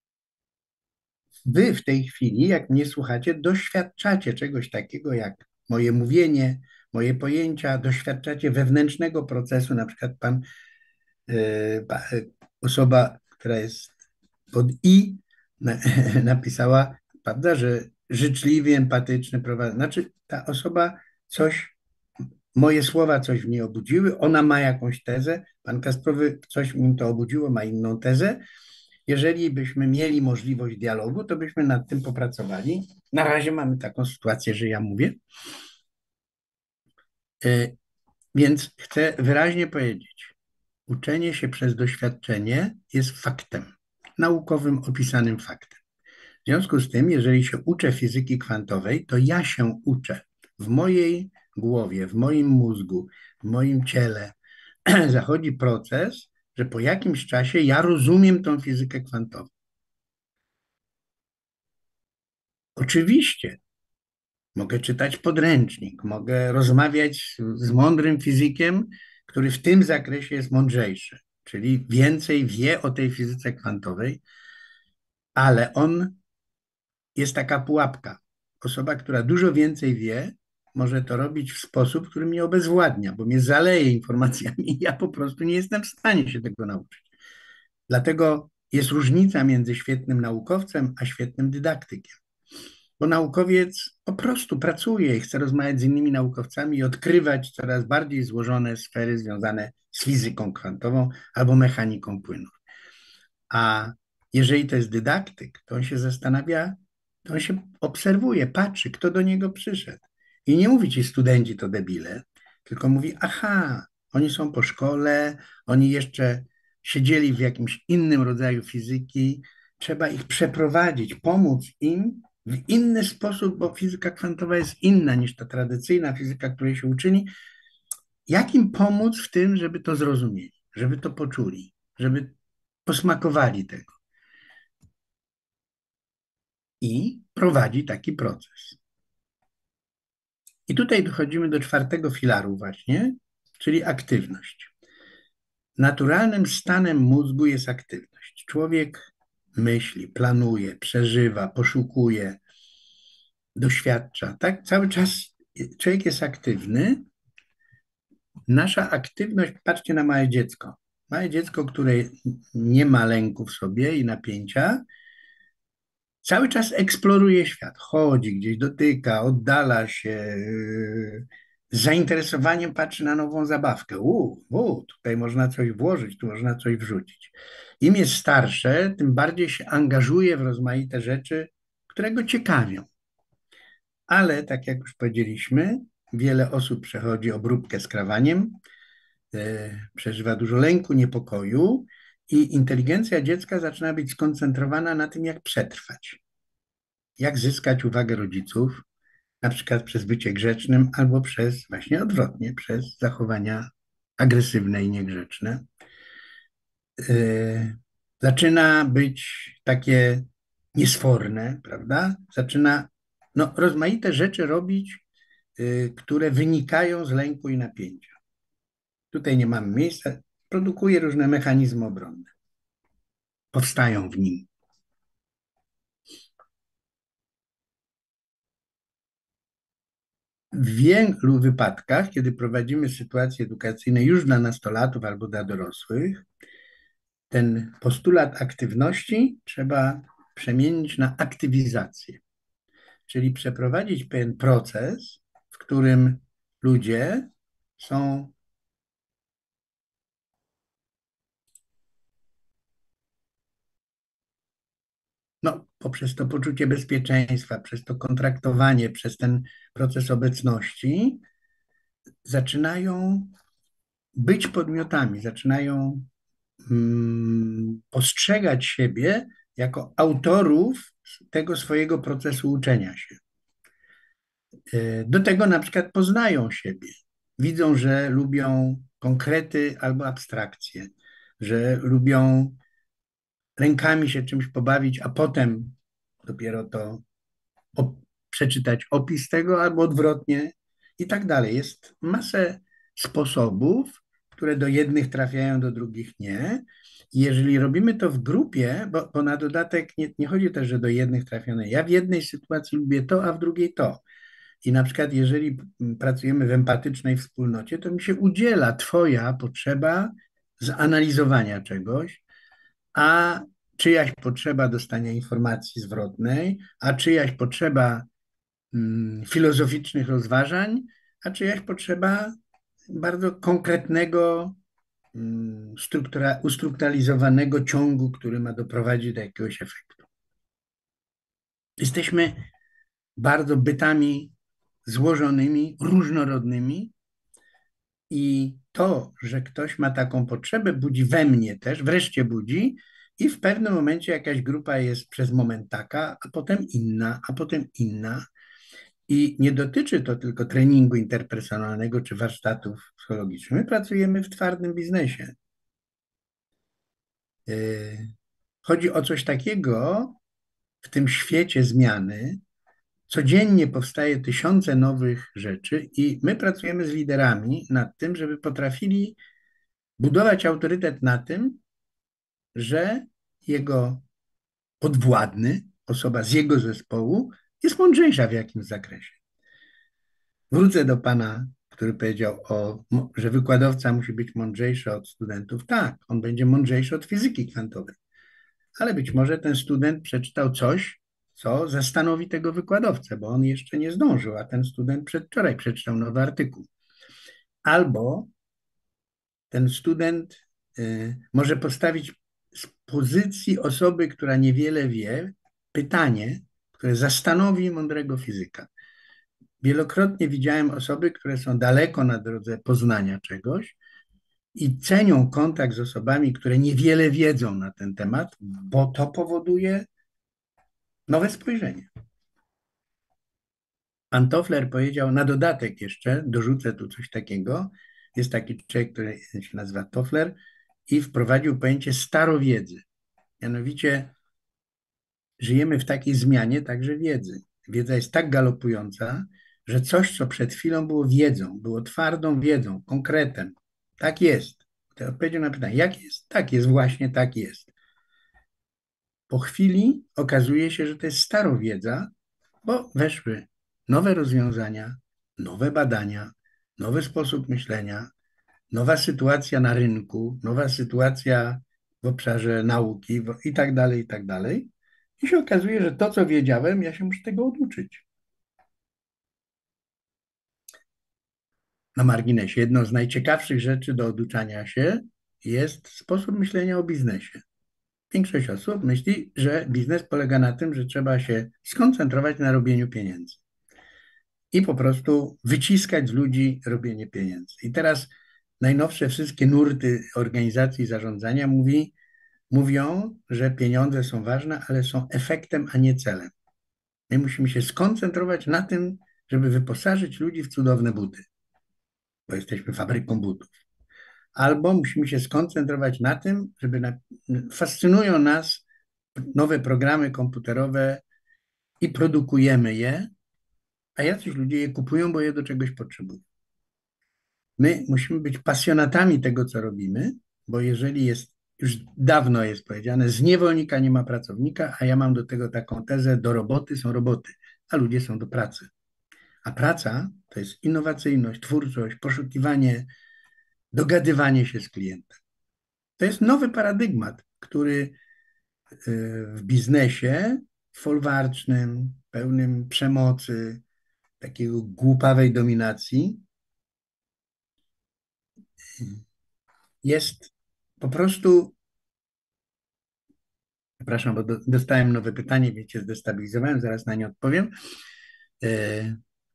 Wy w tej chwili, jak mnie słuchacie, doświadczacie czegoś takiego jak moje mówienie, moje pojęcia, doświadczacie wewnętrznego procesu. Na przykład pan, yy, pa, yy, osoba, która jest pod I, na, napisała, prawda, że życzliwy, empatyczny, prowadzący. Znaczy ta osoba coś, moje słowa coś w niej obudziły, ona ma jakąś tezę, pan Kasprowy coś w nim to obudziło, ma inną tezę. Jeżeli byśmy mieli możliwość dialogu, to byśmy nad tym popracowali. Na razie mamy taką sytuację, że ja mówię. E, Więc chcę wyraźnie powiedzieć, uczenie się przez doświadczenie jest faktem, naukowym opisanym faktem. W związku z tym, jeżeli się uczę fizyki kwantowej, to ja się uczę. W mojej głowie, w moim mózgu, w moim ciele zachodzi proces, że po jakimś czasie ja rozumiem tą fizykę kwantową. Oczywiście mogę czytać podręcznik, mogę rozmawiać z mądrym fizykiem, który w tym zakresie jest mądrzejszy, czyli więcej wie o tej fizyce kwantowej, ale on jest taka pułapka. Osoba, która dużo więcej wie, może to robić w sposób, który mnie obezwładnia, bo mnie zaleje informacjami i ja po prostu nie jestem w stanie się tego nauczyć. Dlatego jest różnica między świetnym naukowcem a świetnym dydaktykiem. Bo naukowiec po prostu pracuje i chce rozmawiać z innymi naukowcami i odkrywać coraz bardziej złożone sfery związane z fizyką kwantową albo mechaniką płynów. A jeżeli to jest dydaktyk, to on się zastanawia, to on się obserwuje, patrzy, kto do niego przyszedł. I nie mówi ci studenci to debile, tylko mówi, aha, oni są po szkole, oni jeszcze siedzieli w jakimś innym rodzaju fizyki, trzeba ich przeprowadzić, pomóc im w inny sposób, bo fizyka kwantowa jest inna niż ta tradycyjna fizyka, której się uczyli. Jak im pomóc w tym, żeby to zrozumieli, żeby to poczuli, żeby posmakowali tego. I prowadzi taki proces. I tutaj dochodzimy do czwartego filaru właśnie, czyli aktywność. Naturalnym stanem mózgu jest aktywność. Człowiek myśli, planuje, przeżywa, poszukuje, doświadcza. Tak, cały czas człowiek jest aktywny. Nasza aktywność, patrzcie na małe dziecko. Małe dziecko, które nie ma lęku w sobie i napięcia, cały czas eksploruje świat, chodzi gdzieś, dotyka, oddala się, yy, z zainteresowaniem patrzy na nową zabawkę. U, u, tutaj można coś włożyć, tu można coś wrzucić. Im jest starsze, tym bardziej się angażuje w rozmaite rzeczy, które go ciekawią. Ale tak jak już powiedzieliśmy, wiele osób przechodzi obróbkę skrawaniem, yy, przeżywa dużo lęku, niepokoju i inteligencja dziecka zaczyna być skoncentrowana na tym, jak przetrwać. Jak zyskać uwagę rodziców, na przykład przez bycie grzecznym, albo przez właśnie odwrotnie, przez zachowania agresywne i niegrzeczne. Yy, zaczyna być takie niesforne, prawda? Zaczyna no, rozmaite rzeczy robić, yy, które wynikają z lęku i napięcia. Tutaj nie mamy miejsca, produkuje różne mechanizmy obronne. Powstają w nim. W wielu wypadkach, kiedy prowadzimy sytuacje edukacyjne już dla nastolatków albo dla dorosłych, ten postulat aktywności trzeba przemienić na aktywizację, czyli przeprowadzić pewien proces, w którym ludzie są no, poprzez to poczucie bezpieczeństwa, przez to kontraktowanie, przez ten proces obecności, zaczynają być podmiotami, zaczynają mm, postrzegać siebie jako autorów tego swojego procesu uczenia się. E, Do tego na przykład poznają siebie. Widzą, że lubią konkrety albo abstrakcje, że lubią rękami się czymś pobawić, a potem dopiero to op- przeczytać opis tego, albo odwrotnie i tak dalej. Jest masę sposobów, które do jednych trafiają, do drugich nie. I jeżeli robimy to w grupie, bo, bo na dodatek nie, nie chodzi też, że do jednych trafione. Ja w jednej sytuacji lubię to, a w drugiej to. I na przykład, jeżeli pracujemy w empatycznej wspólnocie, to mi się udziela Twoja potrzeba zanalizowania czegoś, a czyjaś potrzeba dostania informacji zwrotnej, a czyjaś potrzeba mm, filozoficznych rozważań, a czyjaś potrzeba bardzo konkretnego, mm, struktura, ustrukturalizowanego ciągu, który ma doprowadzić do jakiegoś efektu. Jesteśmy bardzo bytami złożonymi, różnorodnymi i to, że ktoś ma taką potrzebę, budzi we mnie też, wreszcie budzi i w pewnym momencie jakaś grupa jest przez moment taka, a potem inna, a potem inna. I nie dotyczy to tylko treningu interpersonalnego czy warsztatów psychologicznych. My pracujemy w twardym biznesie. Yy, Chodzi o coś takiego w tym świecie zmiany. Codziennie powstaje tysiące nowych rzeczy i my pracujemy z liderami nad tym, żeby potrafili budować autorytet na tym, że jego podwładny, osoba z jego zespołu, jest mądrzejsza w jakimś zakresie. Wrócę do pana, który powiedział, o, że wykładowca musi być mądrzejszy od studentów. Tak, on będzie mądrzejszy od fizyki kwantowej, ale być może ten student przeczytał coś, co zastanowi tego wykładowcę, bo on jeszcze nie zdążył, a ten student przedwczoraj przeczytał nowy artykuł. Albo ten student y, może postawić z pozycji osoby, która niewiele wie, pytanie, które zastanowi mądrego fizyka. Wielokrotnie widziałem osoby, które są daleko na drodze poznania czegoś i cenią kontakt z osobami, które niewiele wiedzą na ten temat, bo to powoduje nowe spojrzenie. Pan Toffler powiedział, na dodatek jeszcze, dorzucę tu coś takiego, jest taki człowiek, który się nazywa Toffler i wprowadził pojęcie starowiedzy. Mianowicie żyjemy w takiej zmianie także wiedzy. Wiedza jest tak galopująca, że coś, co przed chwilą było wiedzą, było twardą wiedzą, konkretem. Tak jest. To odpowiedzią na pytanie, jak jest? Tak jest, właśnie tak jest. Po chwili okazuje się, że to jest starowiedza, bo weszły nowe rozwiązania, nowe badania, nowy sposób myślenia, nowa sytuacja na rynku, nowa sytuacja w obszarze nauki i tak dalej, i tak dalej. I się okazuje, że to, co wiedziałem, ja się muszę tego oduczyć. Na marginesie, jedną z najciekawszych rzeczy do oduczania się jest sposób myślenia o biznesie. Większość osób myśli, że biznes polega na tym, że trzeba się skoncentrować na robieniu pieniędzy i po prostu wyciskać z ludzi robienie pieniędzy. I teraz najnowsze wszystkie nurty organizacji zarządzania mówi, mówią, że pieniądze są ważne, ale są efektem, a nie celem. My musimy się skoncentrować na tym, żeby wyposażyć ludzi w cudowne buty, bo jesteśmy fabryką butów. Albo musimy się skoncentrować na tym, żeby na, fascynują nas nowe programy komputerowe i produkujemy je, a jacyś ludzie je kupują, bo je do czegoś potrzebują. My musimy być pasjonatami tego, co robimy, bo jeżeli jest, już dawno jest powiedziane, z niewolnika nie ma pracownika, a ja mam do tego taką tezę, do roboty są roboty, a ludzie są do pracy. A praca to jest innowacyjność, twórczość, poszukiwanie, dogadywanie się z klientem. To jest nowy paradygmat, który y, w biznesie folwarcznym, pełnym przemocy, takiego głupawej dominacji jest po prostu, przepraszam, bo do- dostałem nowe pytanie, więc się zdestabilizowałem, zaraz na nie odpowiem. Y,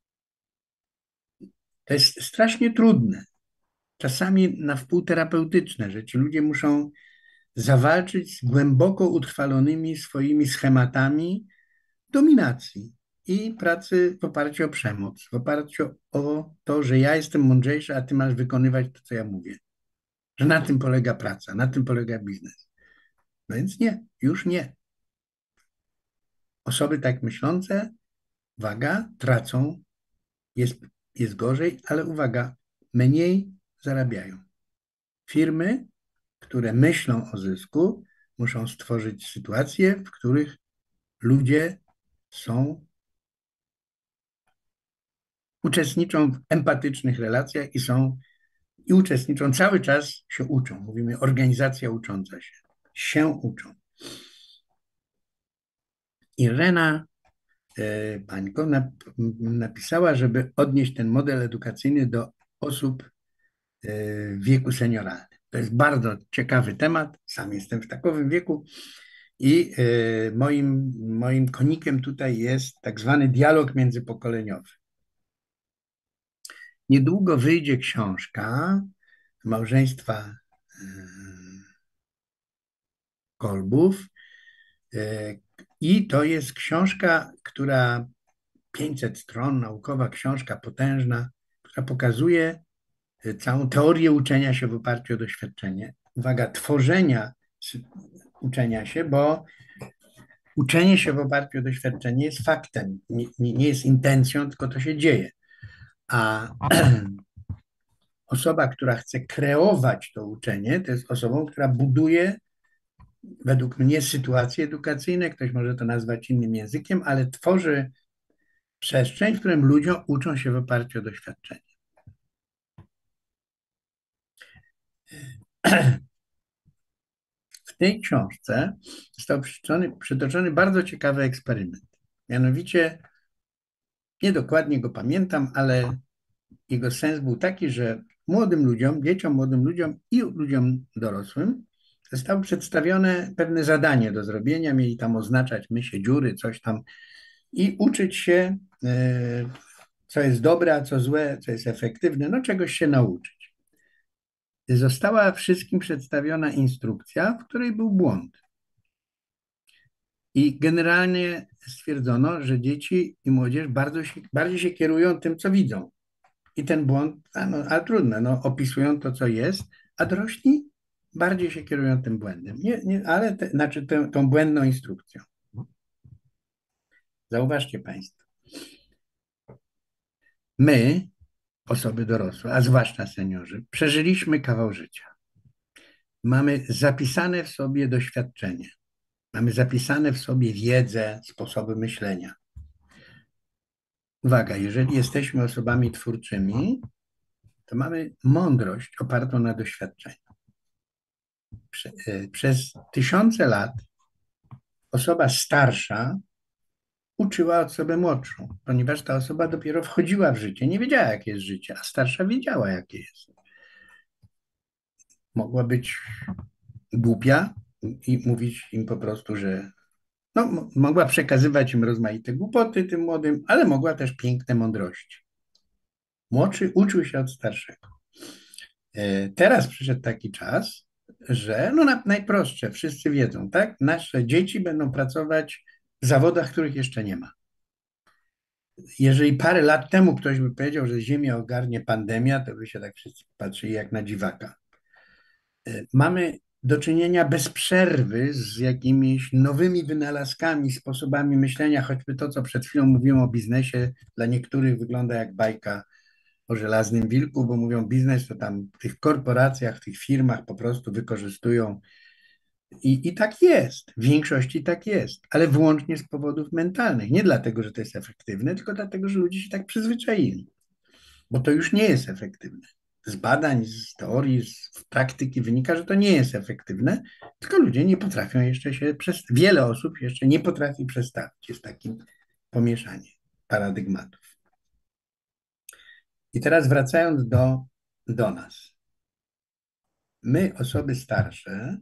To jest strasznie trudne, czasami na wpół terapeutyczne, że ci ludzie muszą zawalczyć z głęboko utrwalonymi swoimi schematami dominacji i pracy w oparciu o przemoc, w oparciu o to, że ja jestem mądrzejszy, a ty masz wykonywać to, co ja mówię. Że na tym polega praca, na tym polega biznes. No więc nie, już nie. Osoby tak myślące, uwaga, tracą, jest, jest gorzej, ale uwaga, mniej zarabiają. Firmy, które myślą o zysku, muszą stworzyć sytuacje, w których ludzie są, uczestniczą w empatycznych relacjach i są i uczestniczą, cały czas się uczą. Mówimy organizacja ucząca się. Się uczą. Irena e, Pańko napisała, żeby odnieść ten model edukacyjny do osób e, w wieku senioralnym. To jest bardzo ciekawy temat. Sam jestem w takowym wieku i e, moim, moim konikiem tutaj jest tak zwany dialog międzypokoleniowy. Niedługo wyjdzie książka małżeństwa e, Kolbów. E, I to jest książka, która pięćset stron, naukowa książka potężna, która pokazuje e, całą teorię uczenia się w oparciu o doświadczenie. Uwaga, tworzenia uczenia się, bo uczenie się w oparciu o doświadczenie jest faktem, nie, nie, nie jest intencją, tylko to się dzieje. A osoba, która chce kreować to uczenie, to jest osobą, która buduje według mnie sytuacje edukacyjne, ktoś może to nazwać innym językiem, ale tworzy przestrzeń, w którym ludzie uczą się w oparciu o doświadczenie. W tej książce został przytoczony, przytoczony bardzo ciekawy eksperyment. Mianowicie, niedokładnie go pamiętam, ale jego sens był taki, że młodym ludziom, dzieciom, młodym ludziom i ludziom dorosłym zostało przedstawione pewne zadanie do zrobienia. Mieli tam oznaczać mysie dziury, coś tam i uczyć się, e, co jest dobre, a co złe, co jest efektywne, no czegoś się nauczyć. Została wszystkim przedstawiona instrukcja, w której był błąd. I generalnie stwierdzono, że dzieci i młodzież bardzo się, bardziej się kierują tym, co widzą. I ten błąd, a no, ale trudno, no, opisują to, co jest, a dorośli bardziej się kierują tym błędem. Nie, nie, ale te, znaczy tę, tą błędną instrukcją. Zauważcie Państwo, my, osoby dorosłe, a zwłaszcza seniorzy, przeżyliśmy kawał życia. Mamy zapisane w sobie doświadczenie, mamy zapisane w sobie wiedzę, sposoby myślenia. Uwaga, jeżeli jesteśmy osobami twórczymi, to mamy mądrość opartą na doświadczeniu. Prze, e, przez tysiące lat osoba starsza uczyła osobę młodszą, ponieważ ta osoba dopiero wchodziła w życie, nie wiedziała, jakie jest życie, a starsza wiedziała, jakie jest. Mogła być głupia i mówić im po prostu, że no, mogła przekazywać im rozmaite głupoty tym młodym, ale mogła też piękne mądrości. Młodszy uczył się od starszego. E, Teraz przyszedł taki czas, że no na, najprostsze, wszyscy wiedzą, tak? Nasze dzieci będą pracować w zawodach, których jeszcze nie ma. Jeżeli parę lat temu ktoś by powiedział, że Ziemię ogarnie pandemia, to by się tak wszyscy patrzyli jak na dziwaka. E, Mamy do czynienia bez przerwy z jakimiś nowymi wynalazkami, sposobami myślenia, choćby to, co przed chwilą mówiłem o biznesie, dla niektórych wygląda jak bajka o żelaznym wilku, bo mówią biznes, to tam w tych korporacjach, w tych firmach po prostu wykorzystują. I, I tak jest, w większości tak jest, ale wyłącznie z powodów mentalnych. Nie dlatego, że to jest efektywne, tylko dlatego, że ludzie się tak przyzwyczaili, bo to już nie jest efektywne. z badań, z teorii, z praktyki wynika, że to nie jest efektywne, tylko ludzie nie potrafią jeszcze się, przez, wiele osób jeszcze nie potrafi przestawić. Jest takim pomieszanie paradygmatów. I teraz wracając do, do nas. My, osoby starsze,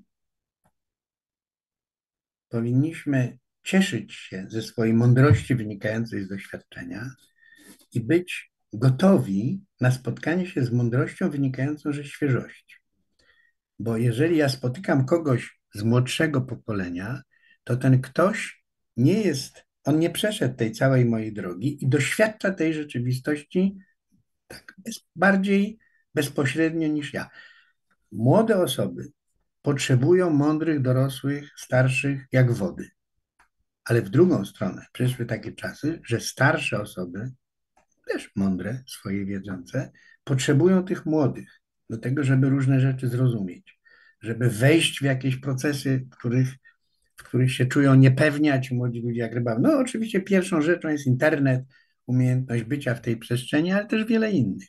powinniśmy cieszyć się ze swojej mądrości wynikającej z doświadczenia i być gotowi na spotkanie się z mądrością wynikającą ze świeżości. Bo jeżeli ja spotykam kogoś z młodszego pokolenia, to ten ktoś nie jest, on nie przeszedł tej całej mojej drogi i doświadcza tej rzeczywistości tak bez, bardziej bezpośrednio niż ja. Młode osoby potrzebują mądrych, dorosłych, starszych jak wody. Ale w drugą stronę przyszły takie czasy, że starsze osoby, też mądre, swoje wiedzące, potrzebują tych młodych do tego, żeby różne rzeczy zrozumieć, żeby wejść w jakieś procesy, w których, w których się czują niepewnie, a ci młodzi ludzie jak ryba. No oczywiście pierwszą rzeczą jest internet, umiejętność bycia w tej przestrzeni, ale też wiele innych.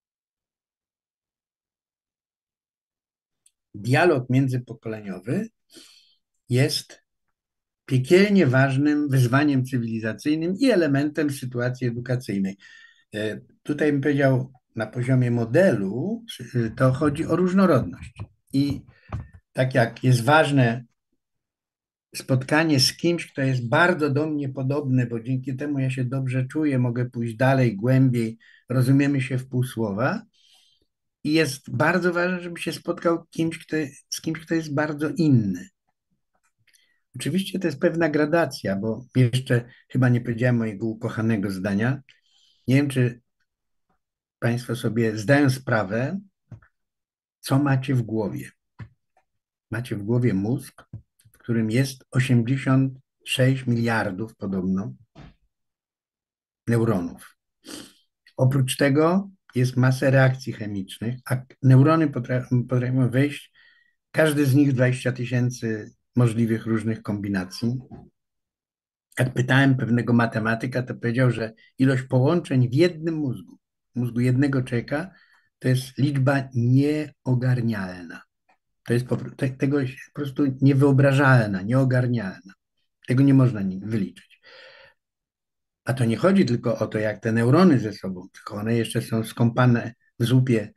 Dialog międzypokoleniowy jest piekielnie ważnym wyzwaniem cywilizacyjnym i elementem sytuacji edukacyjnej. E, Tutaj bym powiedział, na poziomie modelu, e, to chodzi o różnorodność. I tak jak jest ważne spotkanie z kimś, kto jest bardzo do mnie podobny, bo dzięki temu ja się dobrze czuję, mogę pójść dalej, głębiej, rozumiemy się w pół słowa. I jest bardzo ważne, żeby się spotkał kimś, kto, z kimś, kto jest bardzo inny. Oczywiście to jest pewna gradacja, bo jeszcze chyba nie powiedziałem mojego ukochanego zdania. Nie wiem, czy Państwo sobie zdają sprawę, co macie w głowie. Macie w głowie mózg, w którym jest osiemdziesiąt sześć miliardów podobno neuronów. Oprócz tego jest masa reakcji chemicznych, a neurony potrafią, potrafią wejść, każdy z nich dwadzieścia tysięcy możliwych różnych kombinacji. Jak pytałem pewnego matematyka, to powiedział, że ilość połączeń w jednym mózgu, w mózgu jednego człowieka, to jest liczba nieogarnialna. To jest po, te, tego jest po prostu niewyobrażalna, nieogarnialna. Tego nie można wyliczyć. A to nie chodzi tylko o to, jak te neurony ze sobą, tylko one jeszcze są skąpane w zupie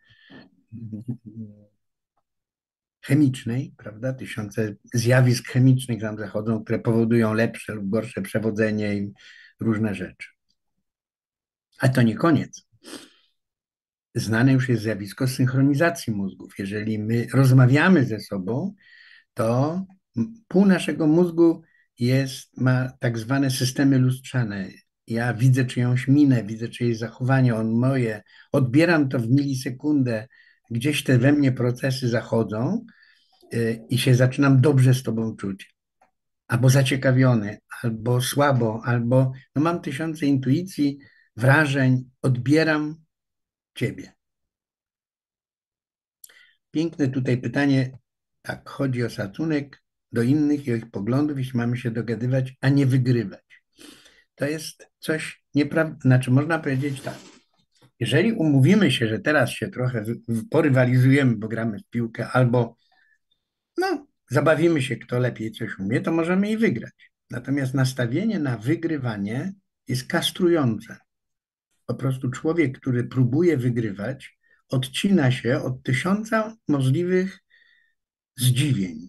chemicznej, prawda? Tysiące zjawisk chemicznych nam zachodzą, które powodują lepsze lub gorsze przewodzenie i różne rzeczy. A to nie koniec. Znane już jest zjawisko synchronizacji mózgów. Jeżeli my rozmawiamy ze sobą, to pół naszego mózgu jest, ma tak zwane systemy lustrzane. Ja widzę czyjąś minę, widzę czyjeś zachowanie, on moje, odbieram to w milisekundę, gdzieś te we mnie procesy zachodzą y, i się zaczynam dobrze z tobą czuć. Albo zaciekawiony, albo słabo, albo no mam tysiące intuicji, wrażeń, odbieram ciebie. Piękne tutaj pytanie, tak, chodzi o szacunek do innych i o ich poglądów, jeśli mamy się dogadywać, a nie wygrywać. To jest coś nieprawda, znaczy można powiedzieć tak, jeżeli umówimy się, że teraz się trochę porywalizujemy, bo gramy w piłkę, albo no, zabawimy się, kto lepiej coś umie, to możemy i wygrać. Natomiast nastawienie na wygrywanie jest kastrujące. Po prostu człowiek, który próbuje wygrywać, odcina się od tysiąca możliwych zdziwień,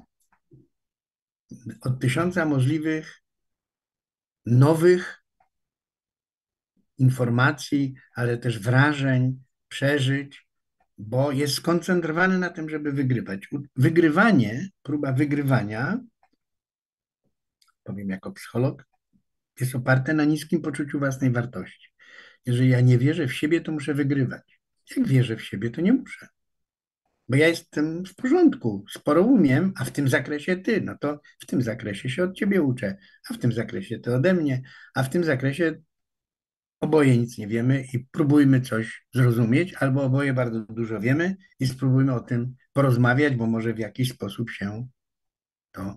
od tysiąca możliwych nowych informacji, ale też wrażeń, przeżyć, bo jest skoncentrowany na tym, żeby wygrywać. Wygrywanie, próba wygrywania, powiem jako psycholog, jest oparte na niskim poczuciu własnej wartości. Jeżeli ja nie wierzę w siebie, to muszę wygrywać. Jak wierzę w siebie, to nie muszę. Bo ja jestem w porządku, sporo umiem, a w tym zakresie ty, no to w tym zakresie się od ciebie uczę, a w tym zakresie ty ode mnie, a w tym zakresie oboje nic nie wiemy i próbujmy coś zrozumieć, albo oboje bardzo dużo wiemy i spróbujmy o tym porozmawiać, bo może w jakiś sposób się to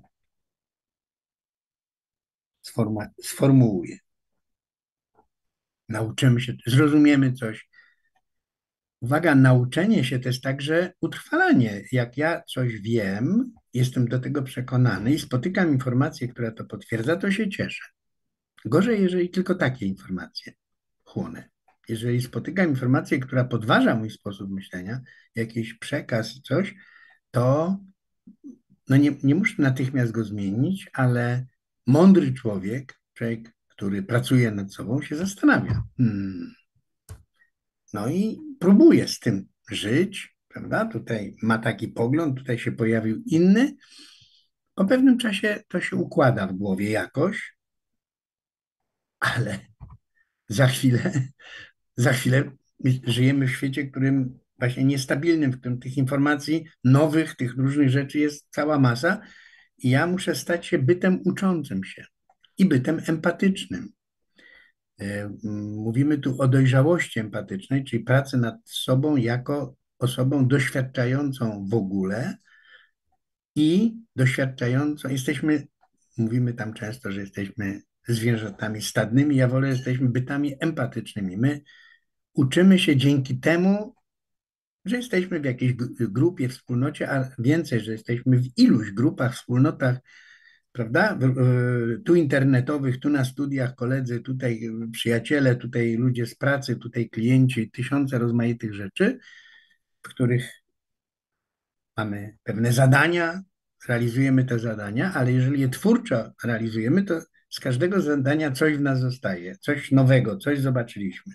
sforma- sformułuje. Nauczymy się, zrozumiemy coś, Uwaga, nauczenie się to jest także utrwalanie. Jak ja coś wiem, jestem do tego przekonany i spotykam informację, która to potwierdza, to się cieszę. Gorzej, jeżeli tylko takie informacje chłonę. Jeżeli spotykam informację, która podważa mój sposób myślenia, jakiś przekaz, coś, to no nie, nie muszę natychmiast go zmienić, ale mądry człowiek, człowiek, który pracuje nad sobą, się zastanawia. Hmm, no i próbuje z tym żyć, prawda? Tutaj ma taki pogląd, tutaj się pojawił inny. Po pewnym czasie to się układa w głowie jakoś, ale za chwilę, za chwilę żyjemy w świecie, w którym właśnie niestabilnym, w którym tych informacji nowych, tych różnych rzeczy jest cała masa i ja muszę stać się bytem uczącym się i bytem empatycznym. E, Mówimy tu o dojrzałości empatycznej, czyli pracy nad sobą jako osobą doświadczającą w ogóle i doświadczającą, jesteśmy, mówimy tam często, że jesteśmy zwierzętami stadnymi, ja wolę, jesteśmy bytami empatycznymi. My uczymy się dzięki temu, że jesteśmy w jakiejś grupie, wspólnocie, a więcej, że jesteśmy w iluś grupach, wspólnotach, prawda? Tu internetowych, tu na studiach koledzy, tutaj przyjaciele, tutaj ludzie z pracy, tutaj klienci, tysiące rozmaitych rzeczy, w których mamy pewne zadania, realizujemy te zadania, ale jeżeli je twórczo realizujemy, to z każdego zadania coś w nas zostaje, coś nowego, coś zobaczyliśmy.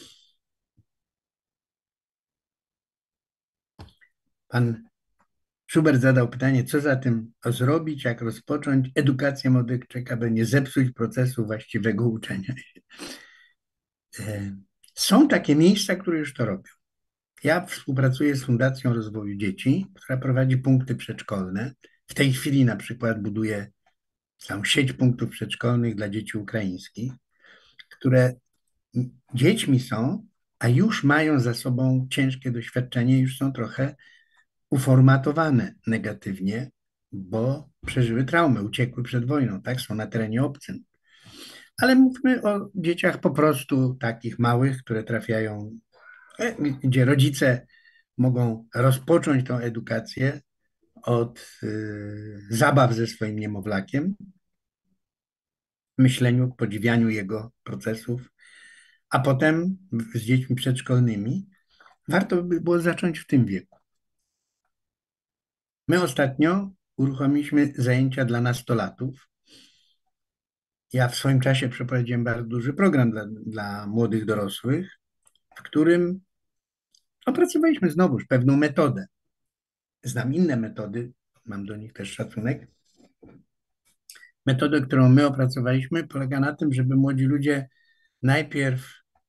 Pan Schubert zadał pytanie, co za tym zrobić, jak rozpocząć edukację młodych człowieka, by nie zepsuć procesu właściwego uczenia się. E, Są takie miejsca, które już to robią. Ja współpracuję z Fundacją Rozwoju Dzieci, która prowadzi punkty przedszkolne. W tej chwili na przykład buduje całą sieć punktów przedszkolnych dla dzieci ukraińskich, które dziećmi są, a już mają za sobą ciężkie doświadczenie, już są trochę uformatowane negatywnie, bo przeżyły traumę, uciekły przed wojną, tak? Są na terenie obcym. Ale mówmy o dzieciach po prostu takich małych, które trafiają, e, gdzie rodzice mogą rozpocząć tą edukację od y, zabaw ze swoim niemowlakiem, myśleniu, podziwianiu jego procesów, a potem z dziećmi przedszkolnymi warto by było zacząć w tym wieku. My ostatnio uruchomiliśmy zajęcia dla nastolatków. Ja w swoim czasie przeprowadziłem bardzo duży program dla, dla młodych dorosłych, w którym opracowaliśmy znowuż pewną metodę. Znam inne metody, mam do nich też szacunek. Metoda, którą my opracowaliśmy, polega na tym, żeby młodzi ludzie najpierw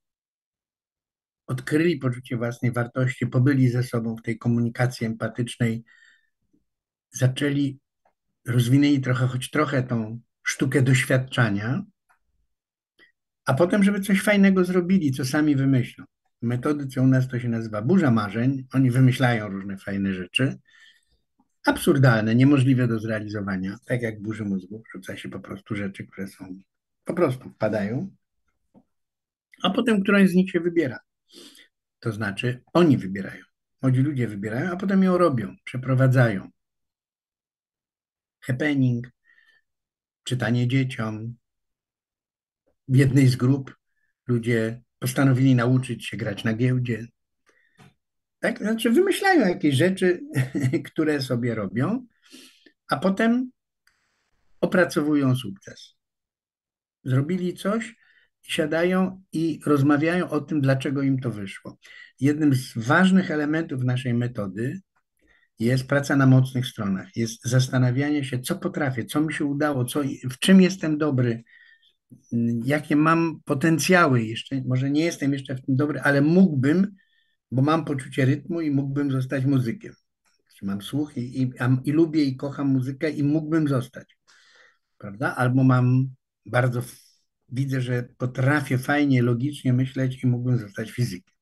odkryli poczucie własnej wartości, pobyli ze sobą w tej komunikacji empatycznej, zaczęli, rozwinęli trochę, choć trochę tą sztukę doświadczania, a potem, żeby coś fajnego zrobili, co sami wymyślą. W metodyce u nas to się nazywa burza marzeń. Oni wymyślają różne fajne rzeczy, absurdalne, niemożliwe do zrealizowania, tak jak w burzy mózgu. Rzuca się po prostu rzeczy, które są, po prostu wpadają, a potem któraś z nich się wybiera. To znaczy oni wybierają. Młodzi ludzie wybierają, a potem ją robią, przeprowadzają. Happening, czytanie dzieciom. W jednej z grup ludzie postanowili nauczyć się grać na giełdzie. Tak? Znaczy wymyślają jakieś rzeczy, które sobie robią, a potem opracowują sukces. Zrobili coś, siadają i rozmawiają o tym, dlaczego im to wyszło. Jednym z ważnych elementów naszej metody jest praca na mocnych stronach, jest zastanawianie się, co potrafię, co mi się udało, co, w czym jestem dobry, jakie mam potencjały jeszcze, może nie jestem jeszcze w tym dobry, ale mógłbym, bo mam poczucie rytmu i mógłbym zostać muzykiem. Mam słuch i, i, i lubię i kocham muzykę i mógłbym zostać, prawda? Albo mam bardzo, widzę, że potrafię fajnie, logicznie myśleć i mógłbym zostać fizykiem.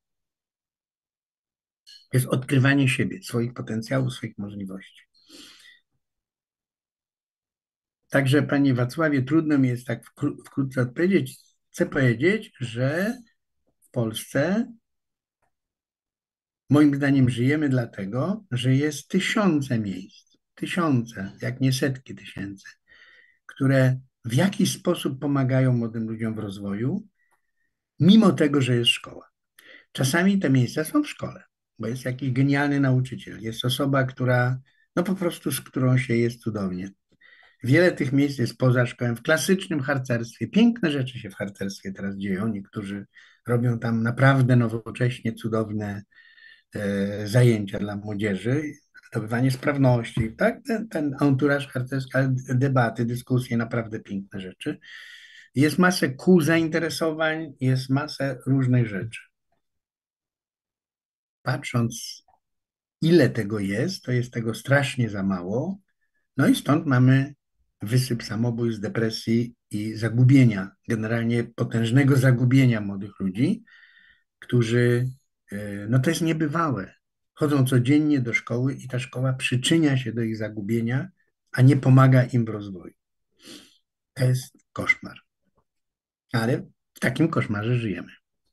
To jest odkrywanie siebie, swoich potencjałów, swoich możliwości. Także, panie Wacławie, trudno mi jest tak wkró- wkrótce odpowiedzieć. Chcę powiedzieć, że w Polsce Moim zdaniem żyjemy dlatego, że jest tysiące miejsc, tysiące, jak nie setki tysięcy, które w jakiś sposób pomagają młodym ludziom w rozwoju, mimo tego, że jest szkoła. Czasami te miejsca są w szkole, bo jest jakiś genialny nauczyciel, jest osoba, która, no po prostu z którą się jest cudownie. Wiele tych miejsc jest poza szkołą, w klasycznym harcerstwie. Piękne rzeczy się w harcerstwie teraz dzieją. Niektórzy robią tam naprawdę nowocześnie cudowne e, zajęcia dla młodzieży, zdobywanie sprawności, tak? Ten, ten anturaż harcerski, ale debaty, dyskusje, naprawdę piękne rzeczy. Jest masę kół zainteresowań, jest masę różnych rzeczy. Patrząc, ile tego jest, to jest tego strasznie za mało. No i stąd mamy wysyp samobójstw, depresji i zagubienia, generalnie potężnego zagubienia młodych ludzi, którzy, e, no to jest niebywałe. Chodzą codziennie do szkoły i ta szkoła przyczynia się do ich zagubienia, a nie pomaga im w rozwoju. To jest koszmar. Ale w takim koszmarze żyjemy.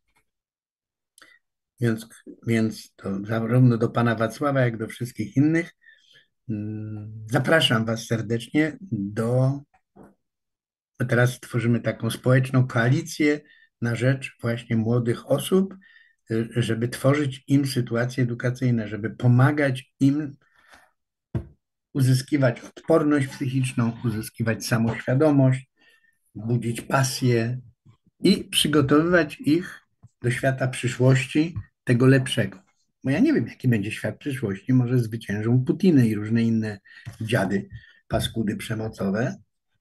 Więc, więc to zarówno do pana Wacława, jak do wszystkich innych mm, zapraszam was serdecznie do. Teraz tworzymy taką społeczną koalicję na rzecz właśnie młodych osób, y, żeby tworzyć im sytuacje edukacyjne, żeby pomagać im uzyskiwać odporność psychiczną, uzyskiwać samoświadomość, budzić pasję i przygotowywać ich do świata przyszłości, tego lepszego. Bo ja nie wiem, jaki będzie świat przyszłości. Może zwyciężą Putiny i różne inne dziady, paskudy przemocowe,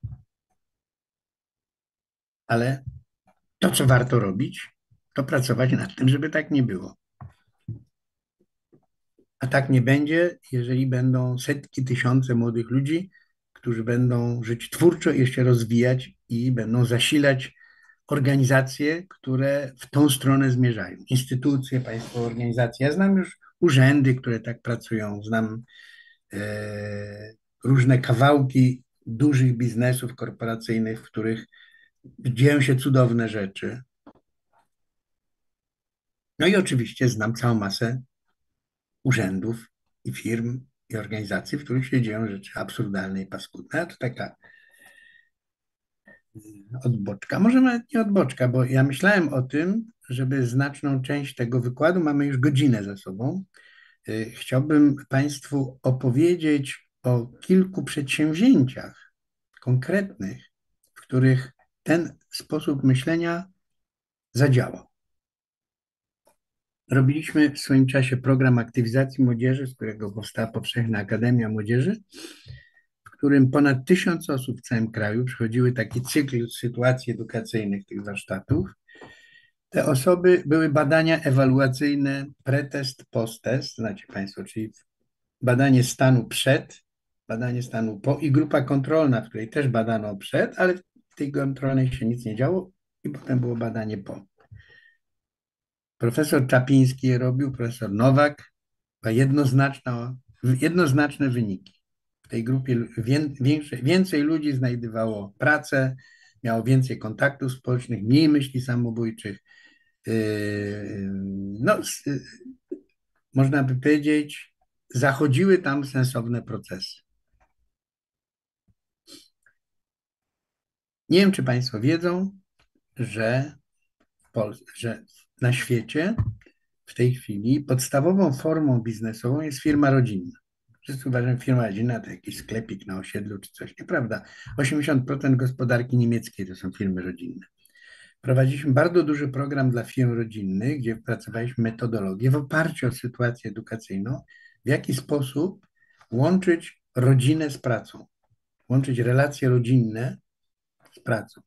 ale to, co warto robić, to pracować nad tym, żeby tak nie było. A tak nie będzie, jeżeli będą setki, tysiące młodych ludzi, którzy będą żyć twórczo i się rozwijać i będą zasilać organizacje, które w tą stronę zmierzają. Instytucje, państwowe organizacje. Ja znam już urzędy, które tak pracują, znam e, różne kawałki dużych biznesów korporacyjnych, w których dzieją się cudowne rzeczy. No i oczywiście znam całą masę urzędów i firm i organizacji, w których się dzieją rzeczy absurdalne i paskudne. A to taka odboczka, może nawet nie odboczka, bo ja myślałem o tym, żeby znaczną część tego wykładu, mamy już godzinę za sobą, y, chciałbym Państwu opowiedzieć o kilku przedsięwzięciach konkretnych, w których ten sposób myślenia zadziałał. Robiliśmy w swoim czasie program aktywizacji młodzieży, z którego powstała Powszechna Akademia Młodzieży, w którym ponad tysiąc osób w całym kraju przechodziły taki cykl sytuacji edukacyjnych tych warsztatów. Te osoby były badania ewaluacyjne, pretest, posttest, znacie Państwo, czyli badanie stanu przed, badanie stanu po i grupa kontrolna, w której też badano przed, ale w tej kontrolnej się nic nie działo i potem było badanie po. Profesor Czapiński je robił, profesor Nowak, była jednoznaczna, jednoznaczne wyniki. W tej grupie więcej, więcej ludzi znajdowało pracę, miało więcej kontaktów społecznych, mniej myśli samobójczych. No, można by powiedzieć, zachodziły tam sensowne procesy. Nie wiem, czy Państwo wiedzą, że, w Polsce, że na świecie w tej chwili podstawową formą biznesową jest firma rodzinna. Wszyscy uważają, że firma rodzinna to jakiś sklepik na osiedlu czy coś. Nieprawda. osiemdziesiąt procent gospodarki niemieckiej to są firmy rodzinne. Prowadziliśmy bardzo duży program dla firm rodzinnych, gdzie wpracowaliśmy metodologię w oparciu o sytuację edukacyjną, w jaki sposób łączyć rodzinę z pracą, łączyć relacje rodzinne z pracą.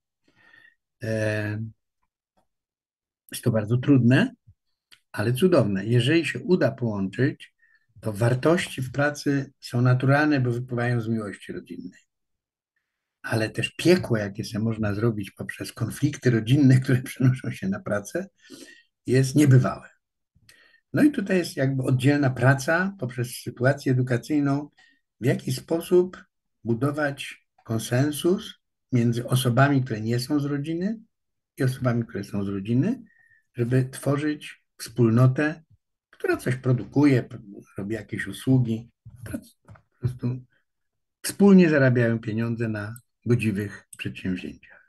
Jest to bardzo trudne, ale cudowne. Jeżeli się uda połączyć, to wartości w pracy są naturalne, bo wypływają z miłości rodzinnej. Ale też piekło, jakie sobie można zrobić poprzez konflikty rodzinne, które przenoszą się na pracę, jest niebywałe. No i tutaj jest jakby oddzielna praca poprzez sytuację edukacyjną, w jaki sposób budować konsensus między osobami, które nie są z rodziny i osobami, które są z rodziny, żeby tworzyć wspólnotę, która coś produkuje, robi jakieś usługi. Po prostu wspólnie zarabiają pieniądze na godziwych przedsięwzięciach.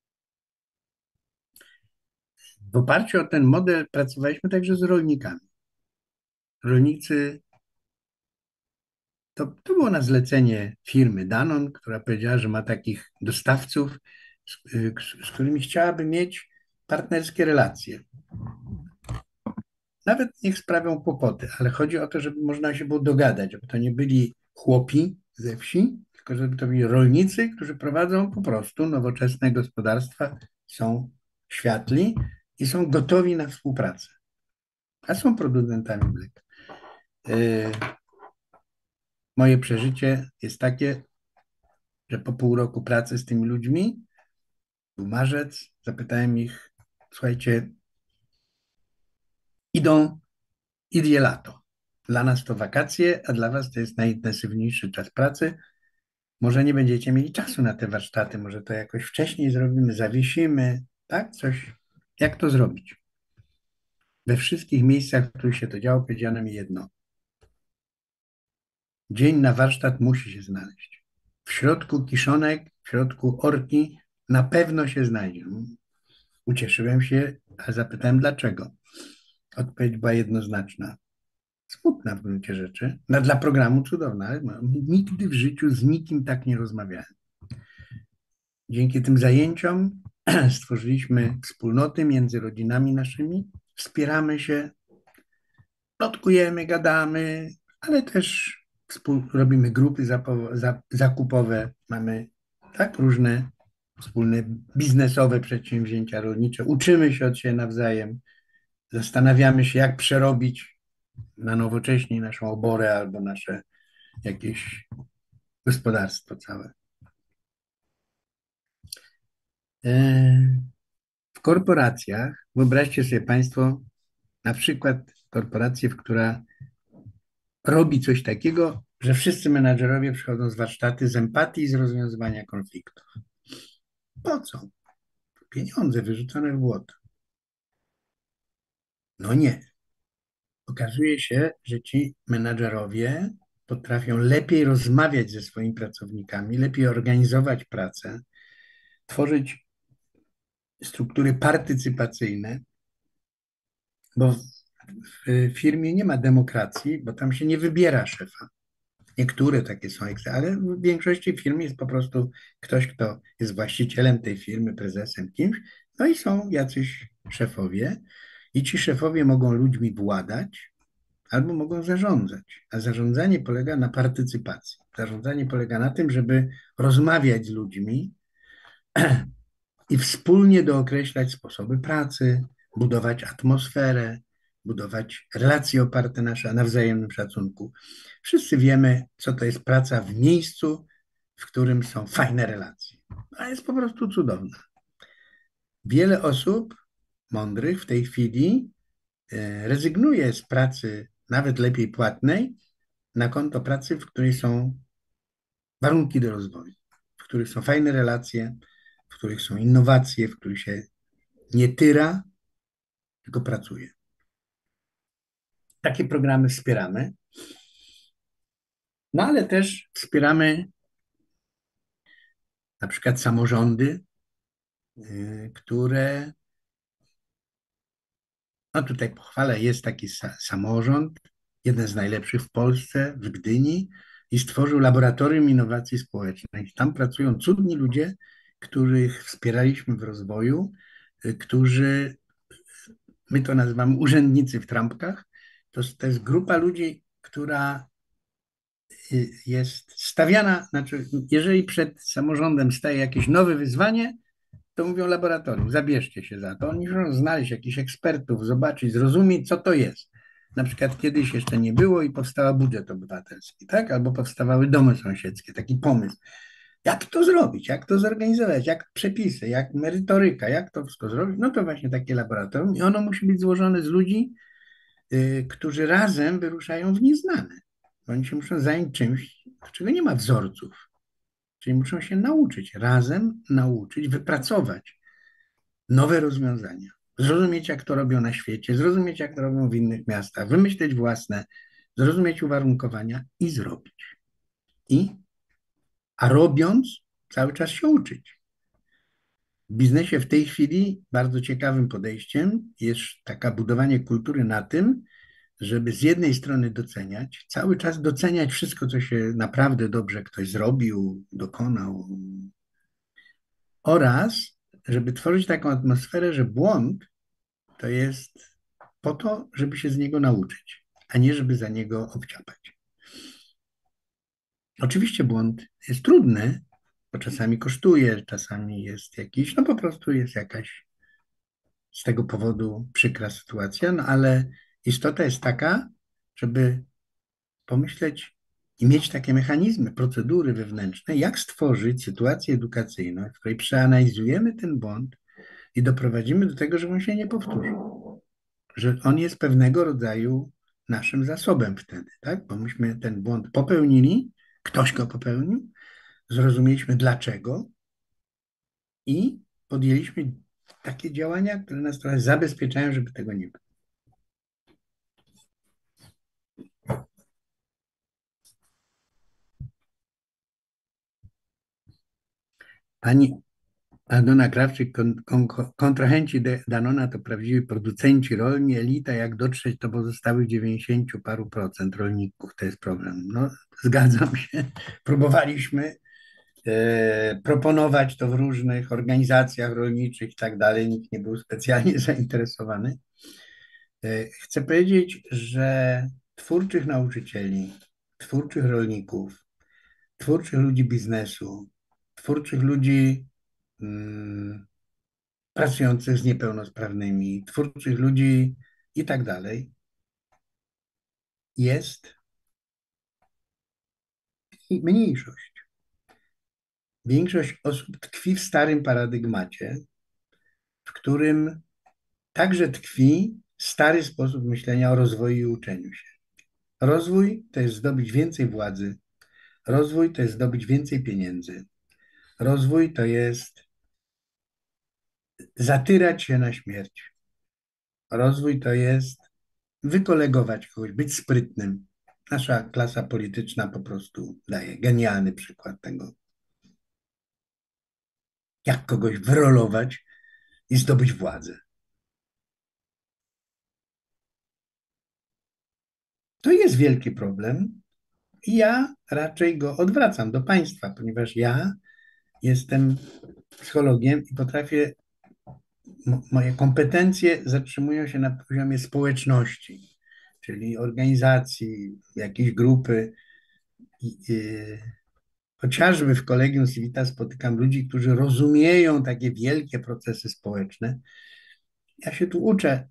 W oparciu o ten model pracowaliśmy także z rolnikami. Rolnicy, to, to było na zlecenie firmy Danon, która powiedziała, że ma takich dostawców, z, z którymi chciałaby mieć partnerskie relacje. Nawet niech sprawią kłopoty, ale chodzi o to, żeby można się było dogadać, żeby to nie byli chłopi ze wsi, tylko żeby to byli rolnicy, którzy prowadzą po prostu nowoczesne gospodarstwa, są światli i są gotowi na współpracę, a są producentami mleka. Yy, moje przeżycie jest takie, że po pół roku pracy z tymi ludźmi, był marzec, zapytałem ich, słuchajcie, idą, idzie lato. Dla nas to wakacje, a dla was to jest najintensywniejszy czas pracy. Może nie będziecie mieli czasu na te warsztaty, może to jakoś wcześniej zrobimy, zawiesimy, tak? Coś. Jak to zrobić? We wszystkich miejscach, w których się to działo, powiedziano mi jedno. Dzień na warsztat musi się znaleźć. W środku kiszonek, w środku orki na pewno się znajdzie. Ucieszyłem się, a zapytałem dlaczego. Odpowiedź była jednoznaczna. Smutna w gruncie rzeczy. No, dla programu cudowna, ale nigdy w życiu z nikim tak nie rozmawiałem. Dzięki tym zajęciom stworzyliśmy wspólnoty między rodzinami naszymi, wspieramy się, plotkujemy, gadamy, ale też współ, robimy grupy zapo- za- zakupowe, mamy tak różne wspólne biznesowe przedsięwzięcia rolnicze, uczymy się od siebie nawzajem, zastanawiamy się, jak przerobić na nowocześniej naszą oborę albo nasze jakieś gospodarstwo całe. W korporacjach, wyobraźcie sobie Państwo, na przykład korporację, która robi coś takiego, że wszyscy menadżerowie przychodzą z warsztaty z empatii i z rozwiązywania konfliktów. Po co? Pieniądze wyrzucone w błoto. No nie. Okazuje się, że ci menadżerowie potrafią lepiej rozmawiać ze swoimi pracownikami, lepiej organizować pracę, tworzyć struktury partycypacyjne, bo w firmie nie ma demokracji, bo tam się nie wybiera szefa. Niektóre takie są, ale w większości firm jest po prostu ktoś, kto jest właścicielem tej firmy, prezesem, kimś, no i są jacyś szefowie i ci szefowie mogą ludźmi władać albo mogą zarządzać, a zarządzanie polega na partycypacji. Zarządzanie polega na tym, żeby rozmawiać z ludźmi i wspólnie dookreślać sposoby pracy, budować atmosferę, budować relacje oparte na, na wzajemnym szacunku. Wszyscy wiemy, co to jest praca w miejscu, w którym są fajne relacje. A jest po prostu cudowna. Wiele osób mądrych w tej chwili e, rezygnuje z pracy nawet lepiej płatnej na konto pracy, w której są warunki do rozwoju, w których są fajne relacje, w których są innowacje, w których się nie tyra, tylko pracuje. Takie programy wspieramy, no ale też wspieramy na przykład samorządy, y, które, no tutaj pochwalę, jest taki sa samorząd, jeden z najlepszych w Polsce, w Gdyni, i stworzył Laboratorium Innowacji Społecznych. Tam pracują cudni ludzie, których wspieraliśmy w rozwoju, y, którzy, my to nazywamy urzędnicy w trampkach. To, to jest grupa ludzi, która jest stawiana, znaczy jeżeli przed samorządem staje jakieś nowe wyzwanie, to mówią laboratorium, zabierzcie się za to. Oni muszą znaleźć jakichś ekspertów, zobaczyć, zrozumieć, co to jest. Na przykład kiedyś jeszcze nie było i powstał budżet obywatelski, tak? Albo powstawały domy sąsiedzkie, taki pomysł. Jak to zrobić, jak to zorganizować, jak przepisy, jak merytoryka, jak to wszystko zrobić? No to właśnie takie laboratorium i ono musi być złożone z ludzi, yy, którzy razem wyruszają w nieznane. Oni się muszą zająć czymś, do czego nie ma wzorców. Czyli muszą się nauczyć, razem nauczyć, wypracować nowe rozwiązania. zrozumieć, jak to robią na świecie, zrozumieć, jak to robią w innych miastach, wymyśleć własne, zrozumieć uwarunkowania i zrobić. I, a robiąc, cały czas się uczyć. W biznesie w tej chwili bardzo ciekawym podejściem jest taka budowanie kultury na tym, żeby z jednej strony doceniać, cały czas doceniać wszystko, co się naprawdę dobrze ktoś zrobił, dokonał, oraz żeby tworzyć taką atmosferę, że błąd to jest po to, żeby się z niego nauczyć, a nie żeby za niego obciapać. Oczywiście błąd jest trudny, bo czasami kosztuje, czasami jest jakiś, no po prostu jest jakaś z tego powodu przykra sytuacja, no ale istota jest taka, żeby pomyśleć i mieć takie mechanizmy, procedury wewnętrzne, jak stworzyć sytuację edukacyjną, w której przeanalizujemy ten błąd i doprowadzimy do tego, żeby on się nie powtórzył. Że on jest pewnego rodzaju naszym zasobem wtedy, tak? Bo myśmy ten błąd popełnili, ktoś go popełnił, zrozumieliśmy dlaczego i podjęliśmy takie działania, które nas trochę zabezpieczają, żeby tego nie było. Pani Aldona Krawczyk, kon, kon, kontrahenci de, Danona to prawdziwi producenci rolni, elita, jak dotrzeć do pozostałych dziewięćdziesięciu paru procent rolników, to jest problem. No, zgadzam się, próbowaliśmy e, proponować to w różnych organizacjach rolniczych i tak dalej, nikt nie był specjalnie zainteresowany. E, chcę powiedzieć, że twórczych nauczycieli, twórczych rolników, twórczych ludzi biznesu, twórczych ludzi mm, pracujących z niepełnosprawnymi, twórczych ludzi i tak dalej, jest mniejszość. Większość osób tkwi w starym paradygmacie, w którym także tkwi stary sposób myślenia o rozwoju i uczeniu się. Rozwój to jest zdobyć więcej władzy, rozwój to jest zdobyć więcej pieniędzy, rozwój to jest zatyrać się na śmierć, rozwój to jest wykolegować kogoś, być sprytnym. Nasza klasa polityczna po prostu daje genialny przykład tego, jak kogoś wyrolować i zdobyć władzę. To jest wielki problem i ja raczej go odwracam do państwa, ponieważ ja jestem psychologiem i potrafię, moje kompetencje zatrzymują się na poziomie społeczności, czyli organizacji, jakiejś grupy. I, i, chociażby w Collegium Civitas spotykam ludzi, którzy rozumieją takie wielkie procesy społeczne. Ja się tu uczę.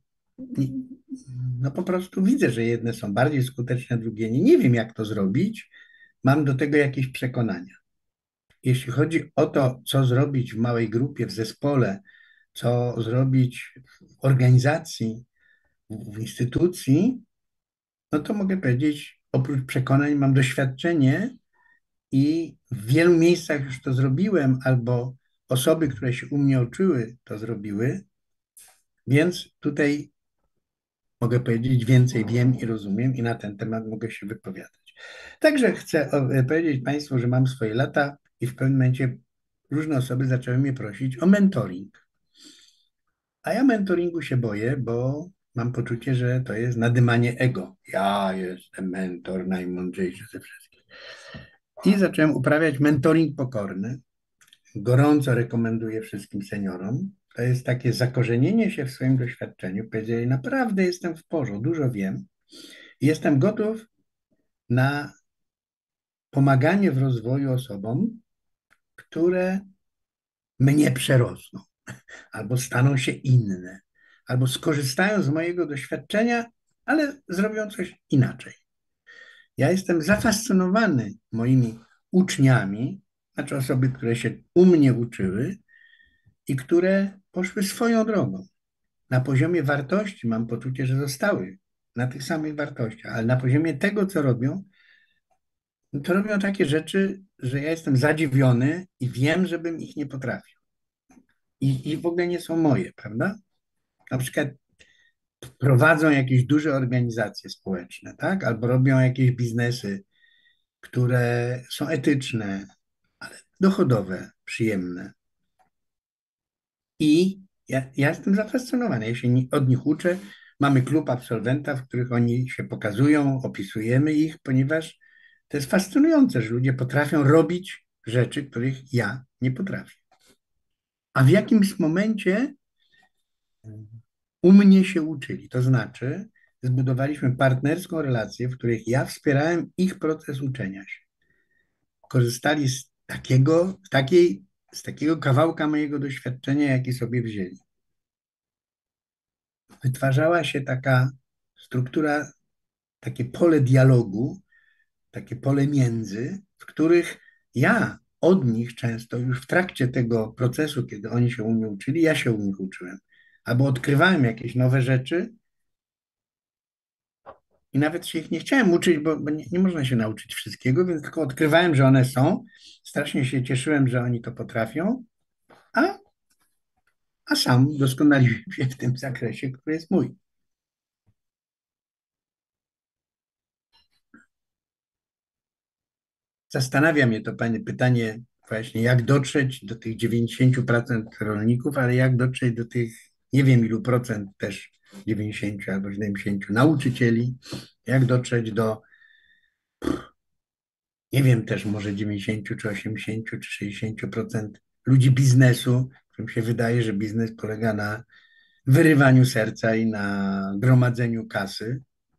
No po prostu widzę, że jedne są bardziej skuteczne, drugie nie. Nie wiem, jak to zrobić. Mam do tego jakieś przekonania. Jeśli chodzi o to, co zrobić w małej grupie, w zespole, co zrobić w organizacji, w instytucji, no to mogę powiedzieć, oprócz przekonań mam doświadczenie i w wielu miejscach już to zrobiłem, albo osoby, które się u mnie uczyły, to zrobiły, więc tutaj mogę powiedzieć więcej wiem i rozumiem i na ten temat mogę się wypowiadać. Także chcę powiedzieć Państwu, że mam swoje lata i w pewnym momencie różne osoby zaczęły mnie prosić o mentoring. A ja mentoringu się boję, bo mam poczucie, że to jest nadymanie ego. Ja jestem mentor, najmądrzejszy ze wszystkich. I zacząłem uprawiać mentoring pokorny. Gorąco rekomenduję wszystkim seniorom. To jest takie zakorzenienie się w swoim doświadczeniu. Powiedzieli, naprawdę jestem w porządku, dużo wiem. I jestem gotów na pomaganie w rozwoju osobom, które mnie przerosną, albo staną się inne, albo skorzystają z mojego doświadczenia, ale zrobią coś inaczej. Ja jestem zafascynowany moimi uczniami, znaczy osoby, które się u mnie uczyły i które poszły swoją drogą. Na poziomie wartości mam poczucie, że zostały na tych samych wartościach, ale na poziomie tego, co robią, no to robią takie rzeczy, że ja jestem zadziwiony i wiem, żebym ich nie potrafił. I, i w ogóle nie są moje, prawda? na przykład prowadzą jakieś duże organizacje społeczne, tak? Albo robią jakieś biznesy, które są etyczne, ale dochodowe, przyjemne. I ja, ja jestem zafascynowany. Ja się ni- od nich uczę. Mamy klub absolwenta, w których oni się pokazują, opisujemy ich, ponieważ to jest fascynujące, że ludzie potrafią robić rzeczy, których ja nie potrafię. A w jakimś momencie u mnie się uczyli. To znaczy, zbudowaliśmy partnerską relację, w której ja wspierałem ich proces uczenia się. Korzystali z takiego, z takiej, z takiego kawałka mojego doświadczenia, jaki sobie wzięli. Wytwarzała się taka struktura, takie pole dialogu, takie pole między, w których ja od nich często już w trakcie tego procesu, kiedy oni się u mnie uczyli, ja się u nich uczyłem. Albo odkrywałem jakieś nowe rzeczy i nawet się ich nie chciałem uczyć, bo, bo nie, nie można się nauczyć wszystkiego, więc tylko odkrywałem, że one są. Strasznie się cieszyłem, że oni to potrafią, a, a sam doskonaliłem się w tym zakresie, który jest mój. Zastanawia mnie to, Panie, pytanie właśnie, jak dotrzeć do tych dziewięćdziesiąt procent rolników, ale jak dotrzeć do tych, nie wiem ilu procent też, dziewięćdziesiąt albo siedemdziesiąt nauczycieli, jak dotrzeć do, nie wiem też, może dziewięćdziesiąt czy osiemdziesiąt czy sześćdziesiąt procent ludzi biznesu, którym się wydaje, że biznes polega na wyrywaniu serca i na gromadzeniu kasy.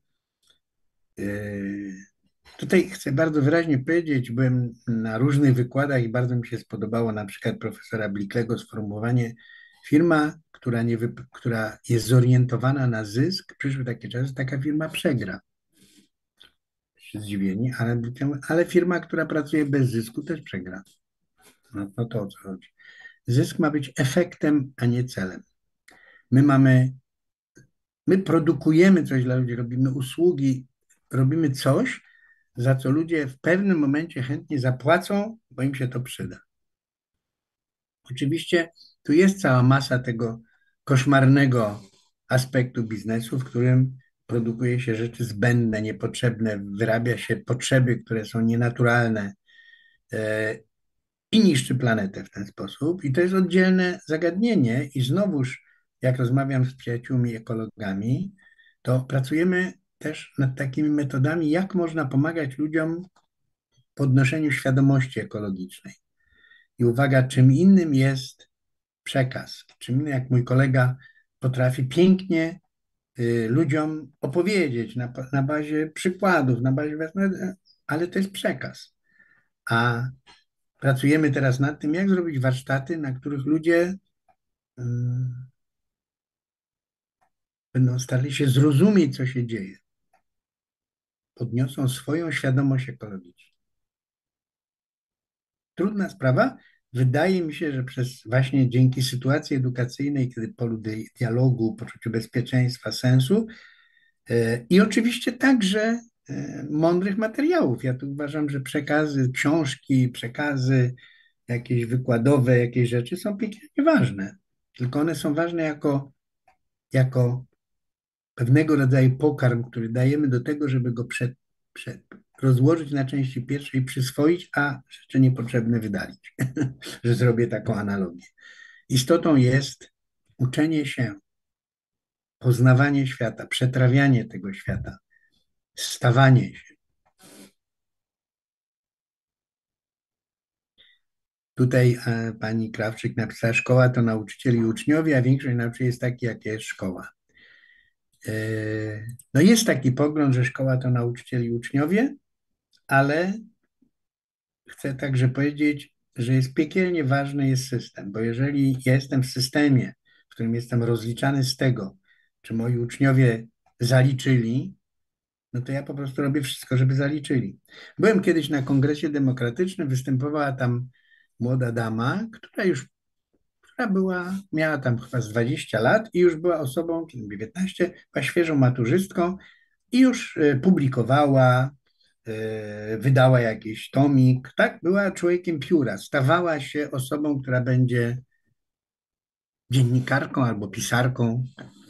Yy, Tutaj chcę bardzo wyraźnie powiedzieć, byłem na różnych wykładach i bardzo mi się spodobało na przykład profesora Bliklego sformułowanie firma, która, nie wyp- która jest zorientowana na zysk, przyszły takie czasy, taka firma przegra. Się zdziwieni, ale, ale firma, która pracuje bez zysku też przegra. No, no to o co chodzi. Zysk ma być efektem, a nie celem. My mamy, my produkujemy coś dla ludzi, robimy usługi, robimy coś, za co ludzie w pewnym momencie chętnie zapłacą, bo im się to przyda. Oczywiście tu jest cała masa tego koszmarnego aspektu biznesu, w którym produkuje się rzeczy zbędne, niepotrzebne, wyrabia się potrzeby, które są nienaturalne e, i niszczy planetę w ten sposób. I to jest oddzielne zagadnienie. I znowuż, jak rozmawiam z przyjaciółmi ekologami, to pracujemy też nad takimi metodami, jak można pomagać ludziom w podnoszeniu świadomości ekologicznej. I uwaga, czym innym jest przekaz, czym innym jak mój kolega potrafi pięknie y, ludziom opowiedzieć na, na bazie przykładów, na bazie, ale to jest przekaz. A pracujemy teraz nad tym, jak zrobić warsztaty, na których ludzie y, będą starali się zrozumieć, co się dzieje. Podniosą swoją świadomość ekologiczną. Trudna sprawa. Wydaje mi się, że przez właśnie dzięki sytuacji edukacyjnej, kiedy polu di- dialogu, poczuciu bezpieczeństwa, sensu e, i oczywiście także e, mądrych materiałów. Ja tu uważam, że przekazy, książki, przekazy jakieś wykładowe, jakieś rzeczy są piekielnie ważne. Tylko one są ważne jako, jako pewnego rodzaju pokarm, który dajemy do tego, żeby go przed, przed, rozłożyć na części pierwsze i przyswoić, a rzeczy niepotrzebne wydalić. Że zrobię taką analogię. Istotą jest uczenie się, poznawanie świata, przetrawianie tego świata, stawanie się. Tutaj e, pani Krawczyk napisała, szkoła to nauczyciel i uczniowie, a większość nauczycieli jest taki, jak jest szkoła. E, no jest taki pogląd, że szkoła to nauczyciel i uczniowie, ale chcę także powiedzieć, że jest piekielnie ważny jest system, bo jeżeli ja jestem w systemie, w którym jestem rozliczany z tego, czy moi uczniowie zaliczyli, no to ja po prostu robię wszystko, żeby zaliczyli. Byłem kiedyś na kongresie demokratycznym, występowała tam młoda dama, która już, która była, miała tam chyba z dwadzieścia lat i już była osobą, czy dziewiętnaście, była świeżą maturzystką i już e, publikowała, e, wydała jakiś tomik, tak? Była człowiekiem pióra, stawała się osobą, która będzie dziennikarką albo pisarką.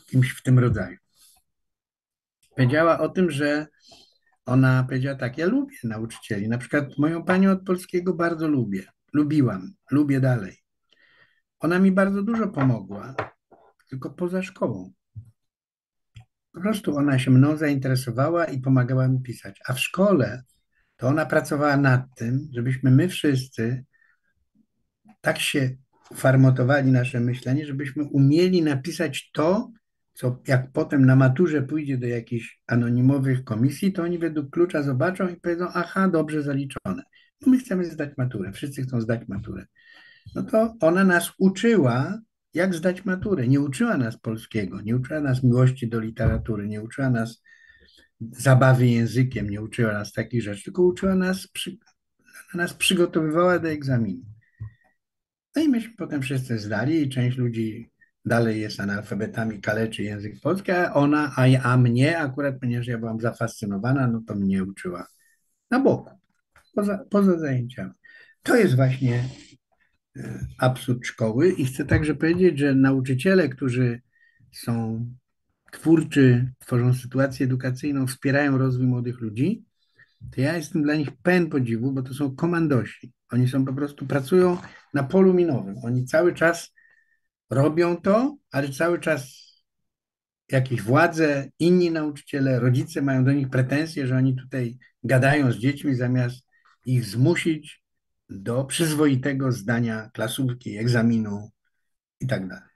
kimś w tym rodzaju. Powiedziała o tym, że ona powiedziała tak, ja lubię nauczycieli, na przykład moją panią od polskiego bardzo lubię, lubiłam, lubię dalej. Ona mi bardzo dużo pomogła, tylko poza szkołą. Po prostu ona się mną zainteresowała i pomagała mi pisać. A w szkole to ona pracowała nad tym, żebyśmy my wszyscy tak się uformatowali nasze myślenie, żebyśmy umieli napisać to, co jak potem na maturze pójdzie do jakichś anonimowych komisji, to oni według klucza zobaczą i powiedzą, aha, dobrze zaliczone. No my chcemy zdać maturę, wszyscy chcą zdać maturę. No to ona nas uczyła, jak zdać maturę. Nie uczyła nas polskiego, nie uczyła nas miłości do literatury, nie uczyła nas zabawy językiem, nie uczyła nas takich rzeczy, tylko uczyła nas, przy, nas przygotowywała do egzaminu. No i myśmy potem wszyscy zdali i część ludzi dalej jest analfabetami, kaleczy język polski, a ona, a, ja- a mnie akurat, ponieważ ja byłam zafascynowana, no to mnie uczyła na boku, poza, poza zajęciami. To jest właśnie e, absurd szkoły i chcę także powiedzieć, że nauczyciele, którzy są twórczy, tworzą sytuację edukacyjną, wspierają rozwój młodych ludzi, to ja jestem dla nich pełen podziwu, bo to są komandosi. Oni są po prostu, pracują na polu minowym. Oni cały czas robią to, ale cały czas jakieś władze, inni nauczyciele, rodzice mają do nich pretensje, że oni tutaj gadają z dziećmi zamiast ich zmusić do przyzwoitego zdania klasówki, egzaminu i tak dalej.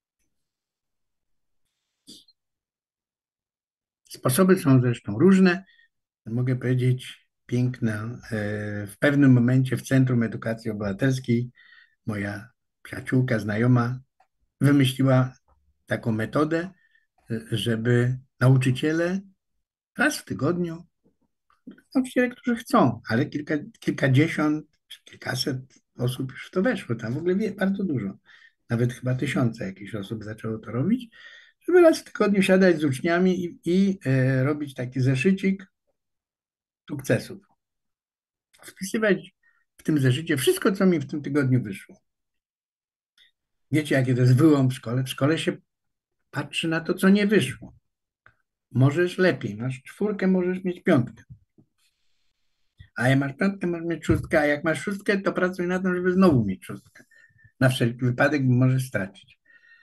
Sposoby są zresztą różne. Mogę powiedzieć piękne. e, W pewnym momencie w Centrum Edukacji Obywatelskiej moja przyjaciółka, znajoma wymyśliła taką metodę, żeby nauczyciele raz w tygodniu, nauczyciele, którzy chcą, ale kilka, kilkadziesiąt czy kilkaset osób już w to weszło, tam w ogóle wie, bardzo dużo, nawet chyba tysiące jakichś osób zaczęło to robić, żeby raz w tygodniu siadać z uczniami i, i e, robić taki zeszycik sukcesów. Wpisywać w tym zeszycie wszystko, co mi w tym tygodniu wyszło. Wiecie, jakie to jest wyłom w szkole? W szkole się patrzy na to, co nie wyszło. Możesz lepiej, masz czwórkę, możesz mieć piątkę. A jak masz piątkę, możesz mieć szóstkę, a jak masz szóstkę, to pracuj na tym, żeby znowu mieć szóstkę. Na wszelki wypadek, bo możesz stracić.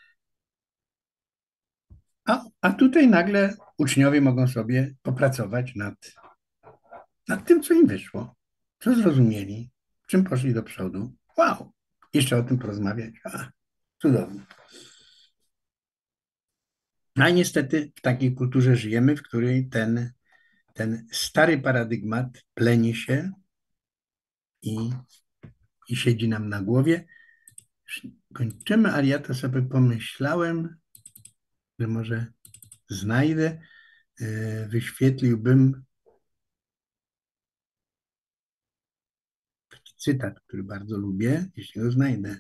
A, a tutaj nagle uczniowie mogą sobie popracować nad, nad tym, co im wyszło, co zrozumieli, czym poszli do przodu. Wow! Jeszcze o tym porozmawiać. A, cudownie. A niestety w takiej kulturze żyjemy, w której ten, ten stary paradygmat pleni się i, i siedzi nam na głowie. Kończymy, ale ja to sobie pomyślałem, że może znajdę, e, wyświetliłbym taki cytat, który bardzo lubię, jeśli go znajdę.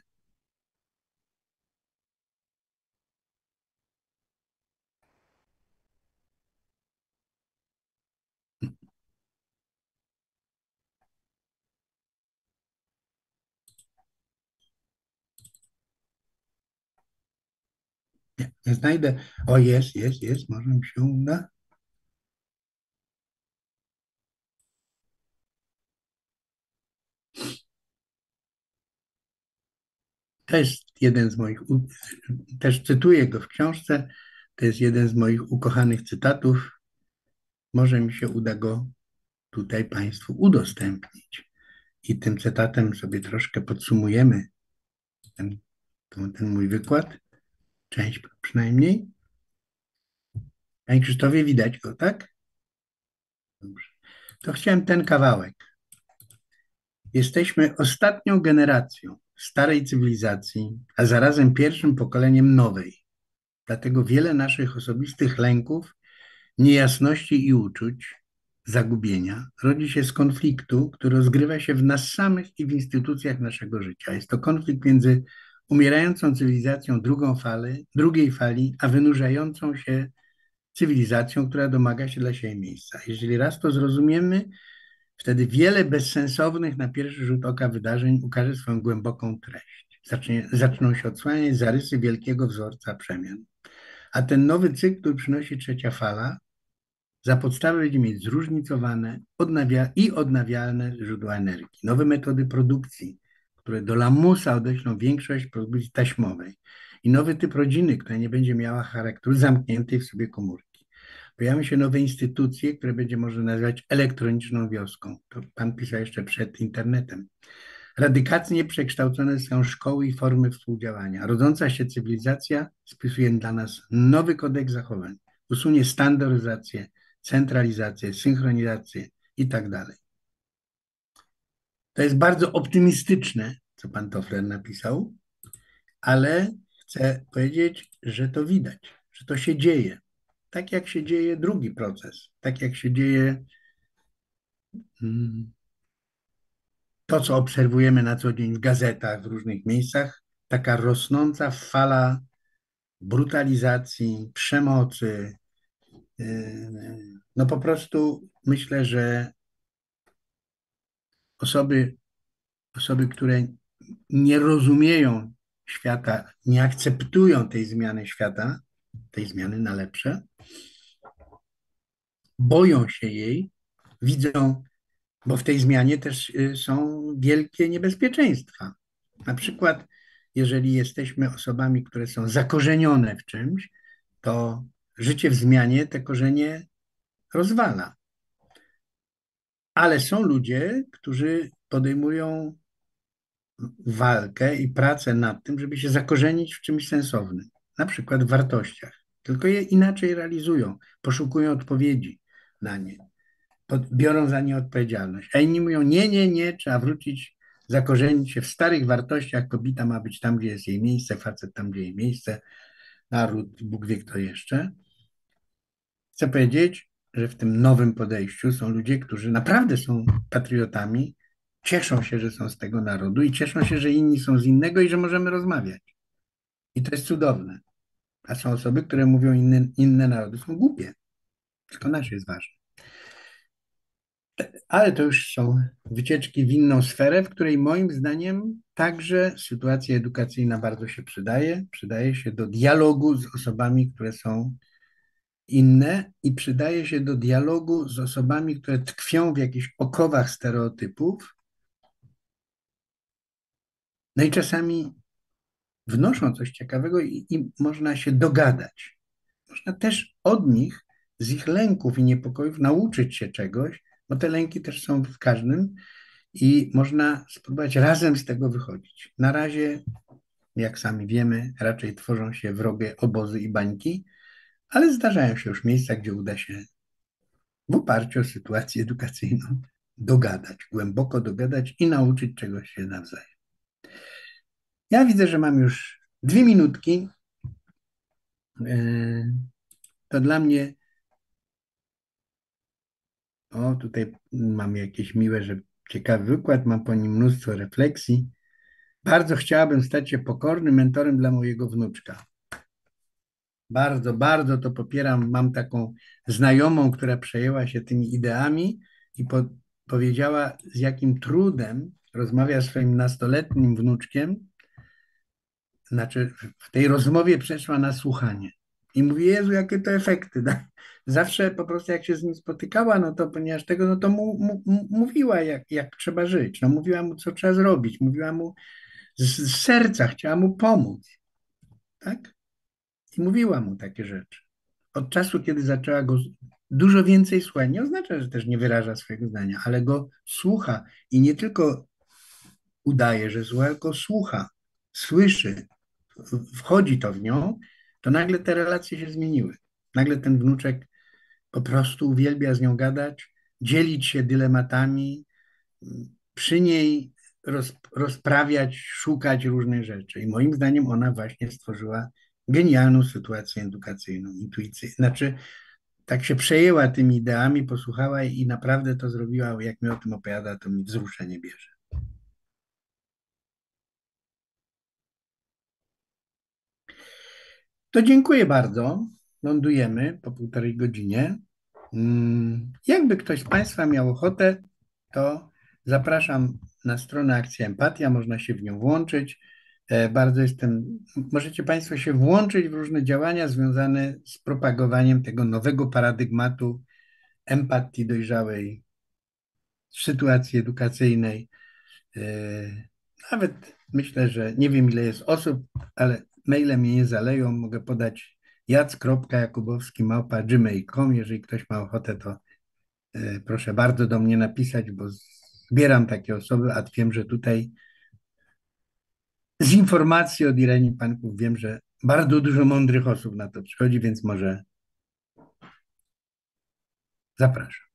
Nie, nie znajdę. O, jest, jest, jest, może mi się uda. To jest jeden z moich, u- też cytuję go w książce, to jest jeden z moich ukochanych cytatów. Może mi się uda go tutaj Państwu udostępnić. I tym cytatem sobie troszkę podsumujemy ten, ten, ten mój wykład, część przynajmniej. Panie Krzysztofie, widać go, tak? Dobrze. To chciałem ten kawałek. Jesteśmy ostatnią generacją starej cywilizacji, a zarazem pierwszym pokoleniem nowej. Dlatego wiele naszych osobistych lęków, niejasności i uczuć, zagubienia rodzi się z konfliktu, który rozgrywa się w nas samych i w instytucjach naszego życia. Jest to konflikt między umierającą cywilizacją drugą fali, drugiej fali, a wynurzającą się cywilizacją, która domaga się dla siebie miejsca. Jeżeli raz to zrozumiemy, wtedy wiele bezsensownych na pierwszy rzut oka wydarzeń ukaże swoją głęboką treść. Zacznie, zaczną się odsłaniać zarysy wielkiego wzorca przemian. A ten nowy cykl, który przynosi trzecia fala, za podstawę będzie mieć zróżnicowane odnawia i odnawialne źródła energii, nowe metody produkcji, które do lamusa odeślą większość produkcji taśmowej i nowy typ rodziny, która nie będzie miała charakteru zamkniętej w sobie komórki. Pojawią się nowe instytucje, które będzie można nazwać elektroniczną wioską. To pan pisał jeszcze przed internetem. Radykalnie przekształcone są szkoły i formy współdziałania. Rodząca się cywilizacja spisuje dla nas nowy kodeks zachowań. Usunie standaryzację, centralizację, synchronizację i tak dalej. To jest bardzo optymistyczne, co pan Toffler napisał, ale chcę powiedzieć, że to widać, że to się dzieje. Tak jak się dzieje drugi proces, tak jak się dzieje mm, to, co obserwujemy na co dzień w gazetach, w różnych miejscach, taka rosnąca fala brutalizacji, przemocy. No po prostu myślę, że osoby, osoby, które nie rozumieją świata, nie akceptują tej zmiany świata, tej zmiany na lepsze, boją się jej, widzą, bo w tej zmianie też y, są wielkie niebezpieczeństwa. Na przykład, jeżeli jesteśmy osobami, które są zakorzenione w czymś, to życie w zmianie te korzenie rozwala. Ale są ludzie, którzy podejmują walkę i pracę nad tym, żeby się zakorzenić w czymś sensownym, na przykład w wartościach, tylko je inaczej realizują, poszukują odpowiedzi na nie, pod, biorą za nie odpowiedzialność. A inni mówią, nie, nie, nie, trzeba wrócić, zakorzenić się w starych wartościach, kobieta ma być tam, gdzie jest jej miejsce, facet tam, gdzie jej miejsce, naród, Bóg wie kto jeszcze. Chcę powiedzieć, że w tym nowym podejściu są ludzie, którzy naprawdę są patriotami, cieszą się, że są z tego narodu i cieszą się, że inni są z innego i że możemy rozmawiać. I to jest cudowne. A są osoby, które mówią, inne, inne narody są głupie. Tylko nasz jest ważny. Ale to już są wycieczki w inną sferę, w której moim zdaniem także sytuacja edukacyjna bardzo się przydaje. Przydaje się do dialogu z osobami, które są inne i przydaje się do dialogu z osobami, które tkwią w jakichś okowach stereotypów. No i czasami wnoszą coś ciekawego i, i można się dogadać. Można też od nich, z ich lęków i niepokojów nauczyć się czegoś, bo te lęki też są w każdym i można spróbować razem z tego wychodzić. Na razie, jak sami wiemy, raczej tworzą się wrogie obozy i bańki, ale zdarzają się już miejsca, gdzie uda się w oparciu o sytuację edukacyjną dogadać, głęboko dogadać i nauczyć czegoś się nawzajem. Ja widzę, że mam już dwie minutki. Yy, To dla mnie, o tutaj mam jakieś miłe, że ciekawy wykład, mam po nim mnóstwo refleksji. Bardzo chciałabym stać się pokornym mentorem dla mojego wnuczka. Bardzo, bardzo to popieram. Mam taką znajomą, która przejęła się tymi ideami i po, powiedziała, z jakim trudem rozmawia z swoim nastoletnim wnuczkiem. Znaczy, w tej rozmowie przeszła na słuchanie. I mówi, Jezu, jakie to efekty. Da? Zawsze po prostu jak się z nim spotykała, no to ponieważ tego, no to mu, mu, mówiła, jak, jak trzeba żyć. No, mówiła mu, co trzeba zrobić. Mówiła mu z, z serca, chciała mu pomóc. Tak? I mówiła mu takie rzeczy. Od czasu, kiedy zaczęła go dużo więcej słuchać, nie oznacza, że też nie wyraża swojego zdania, ale go słucha i nie tylko udaje, że słucha, tylko słucha, słyszy, wchodzi to w nią, to nagle te relacje się zmieniły. Nagle ten wnuczek po prostu uwielbia z nią gadać, dzielić się dylematami, przy niej roz, rozprawiać, szukać różnych rzeczy. I moim zdaniem ona właśnie stworzyła genialną sytuację edukacyjną, intuicyjną. Znaczy, tak się przejęła tymi ideami, posłuchała i naprawdę to zrobiła, jak mi o tym opowiada, to mi wzruszenie bierze. To dziękuję bardzo. Lądujemy po półtorej godzinie. Mm, Jakby ktoś z Państwa miał ochotę, to zapraszam na stronę Akcja Empatia, można się w nią włączyć. E, Bardzo jestem. Możecie Państwo się włączyć w różne działania związane z propagowaniem tego nowego paradygmatu empatii dojrzałej w sytuacji edukacyjnej. E, Nawet myślę, że nie wiem ile jest osób, ale maile mnie nie zaleją. Mogę podać jac kropka jakubowski małpa gmail kropka com. Jeżeli ktoś ma ochotę, to e, proszę bardzo do mnie napisać, bo zbieram takie osoby, a wiem, że tutaj z informacji od Ireni Panków wiem, że bardzo dużo mądrych osób na to przychodzi, więc może zapraszam.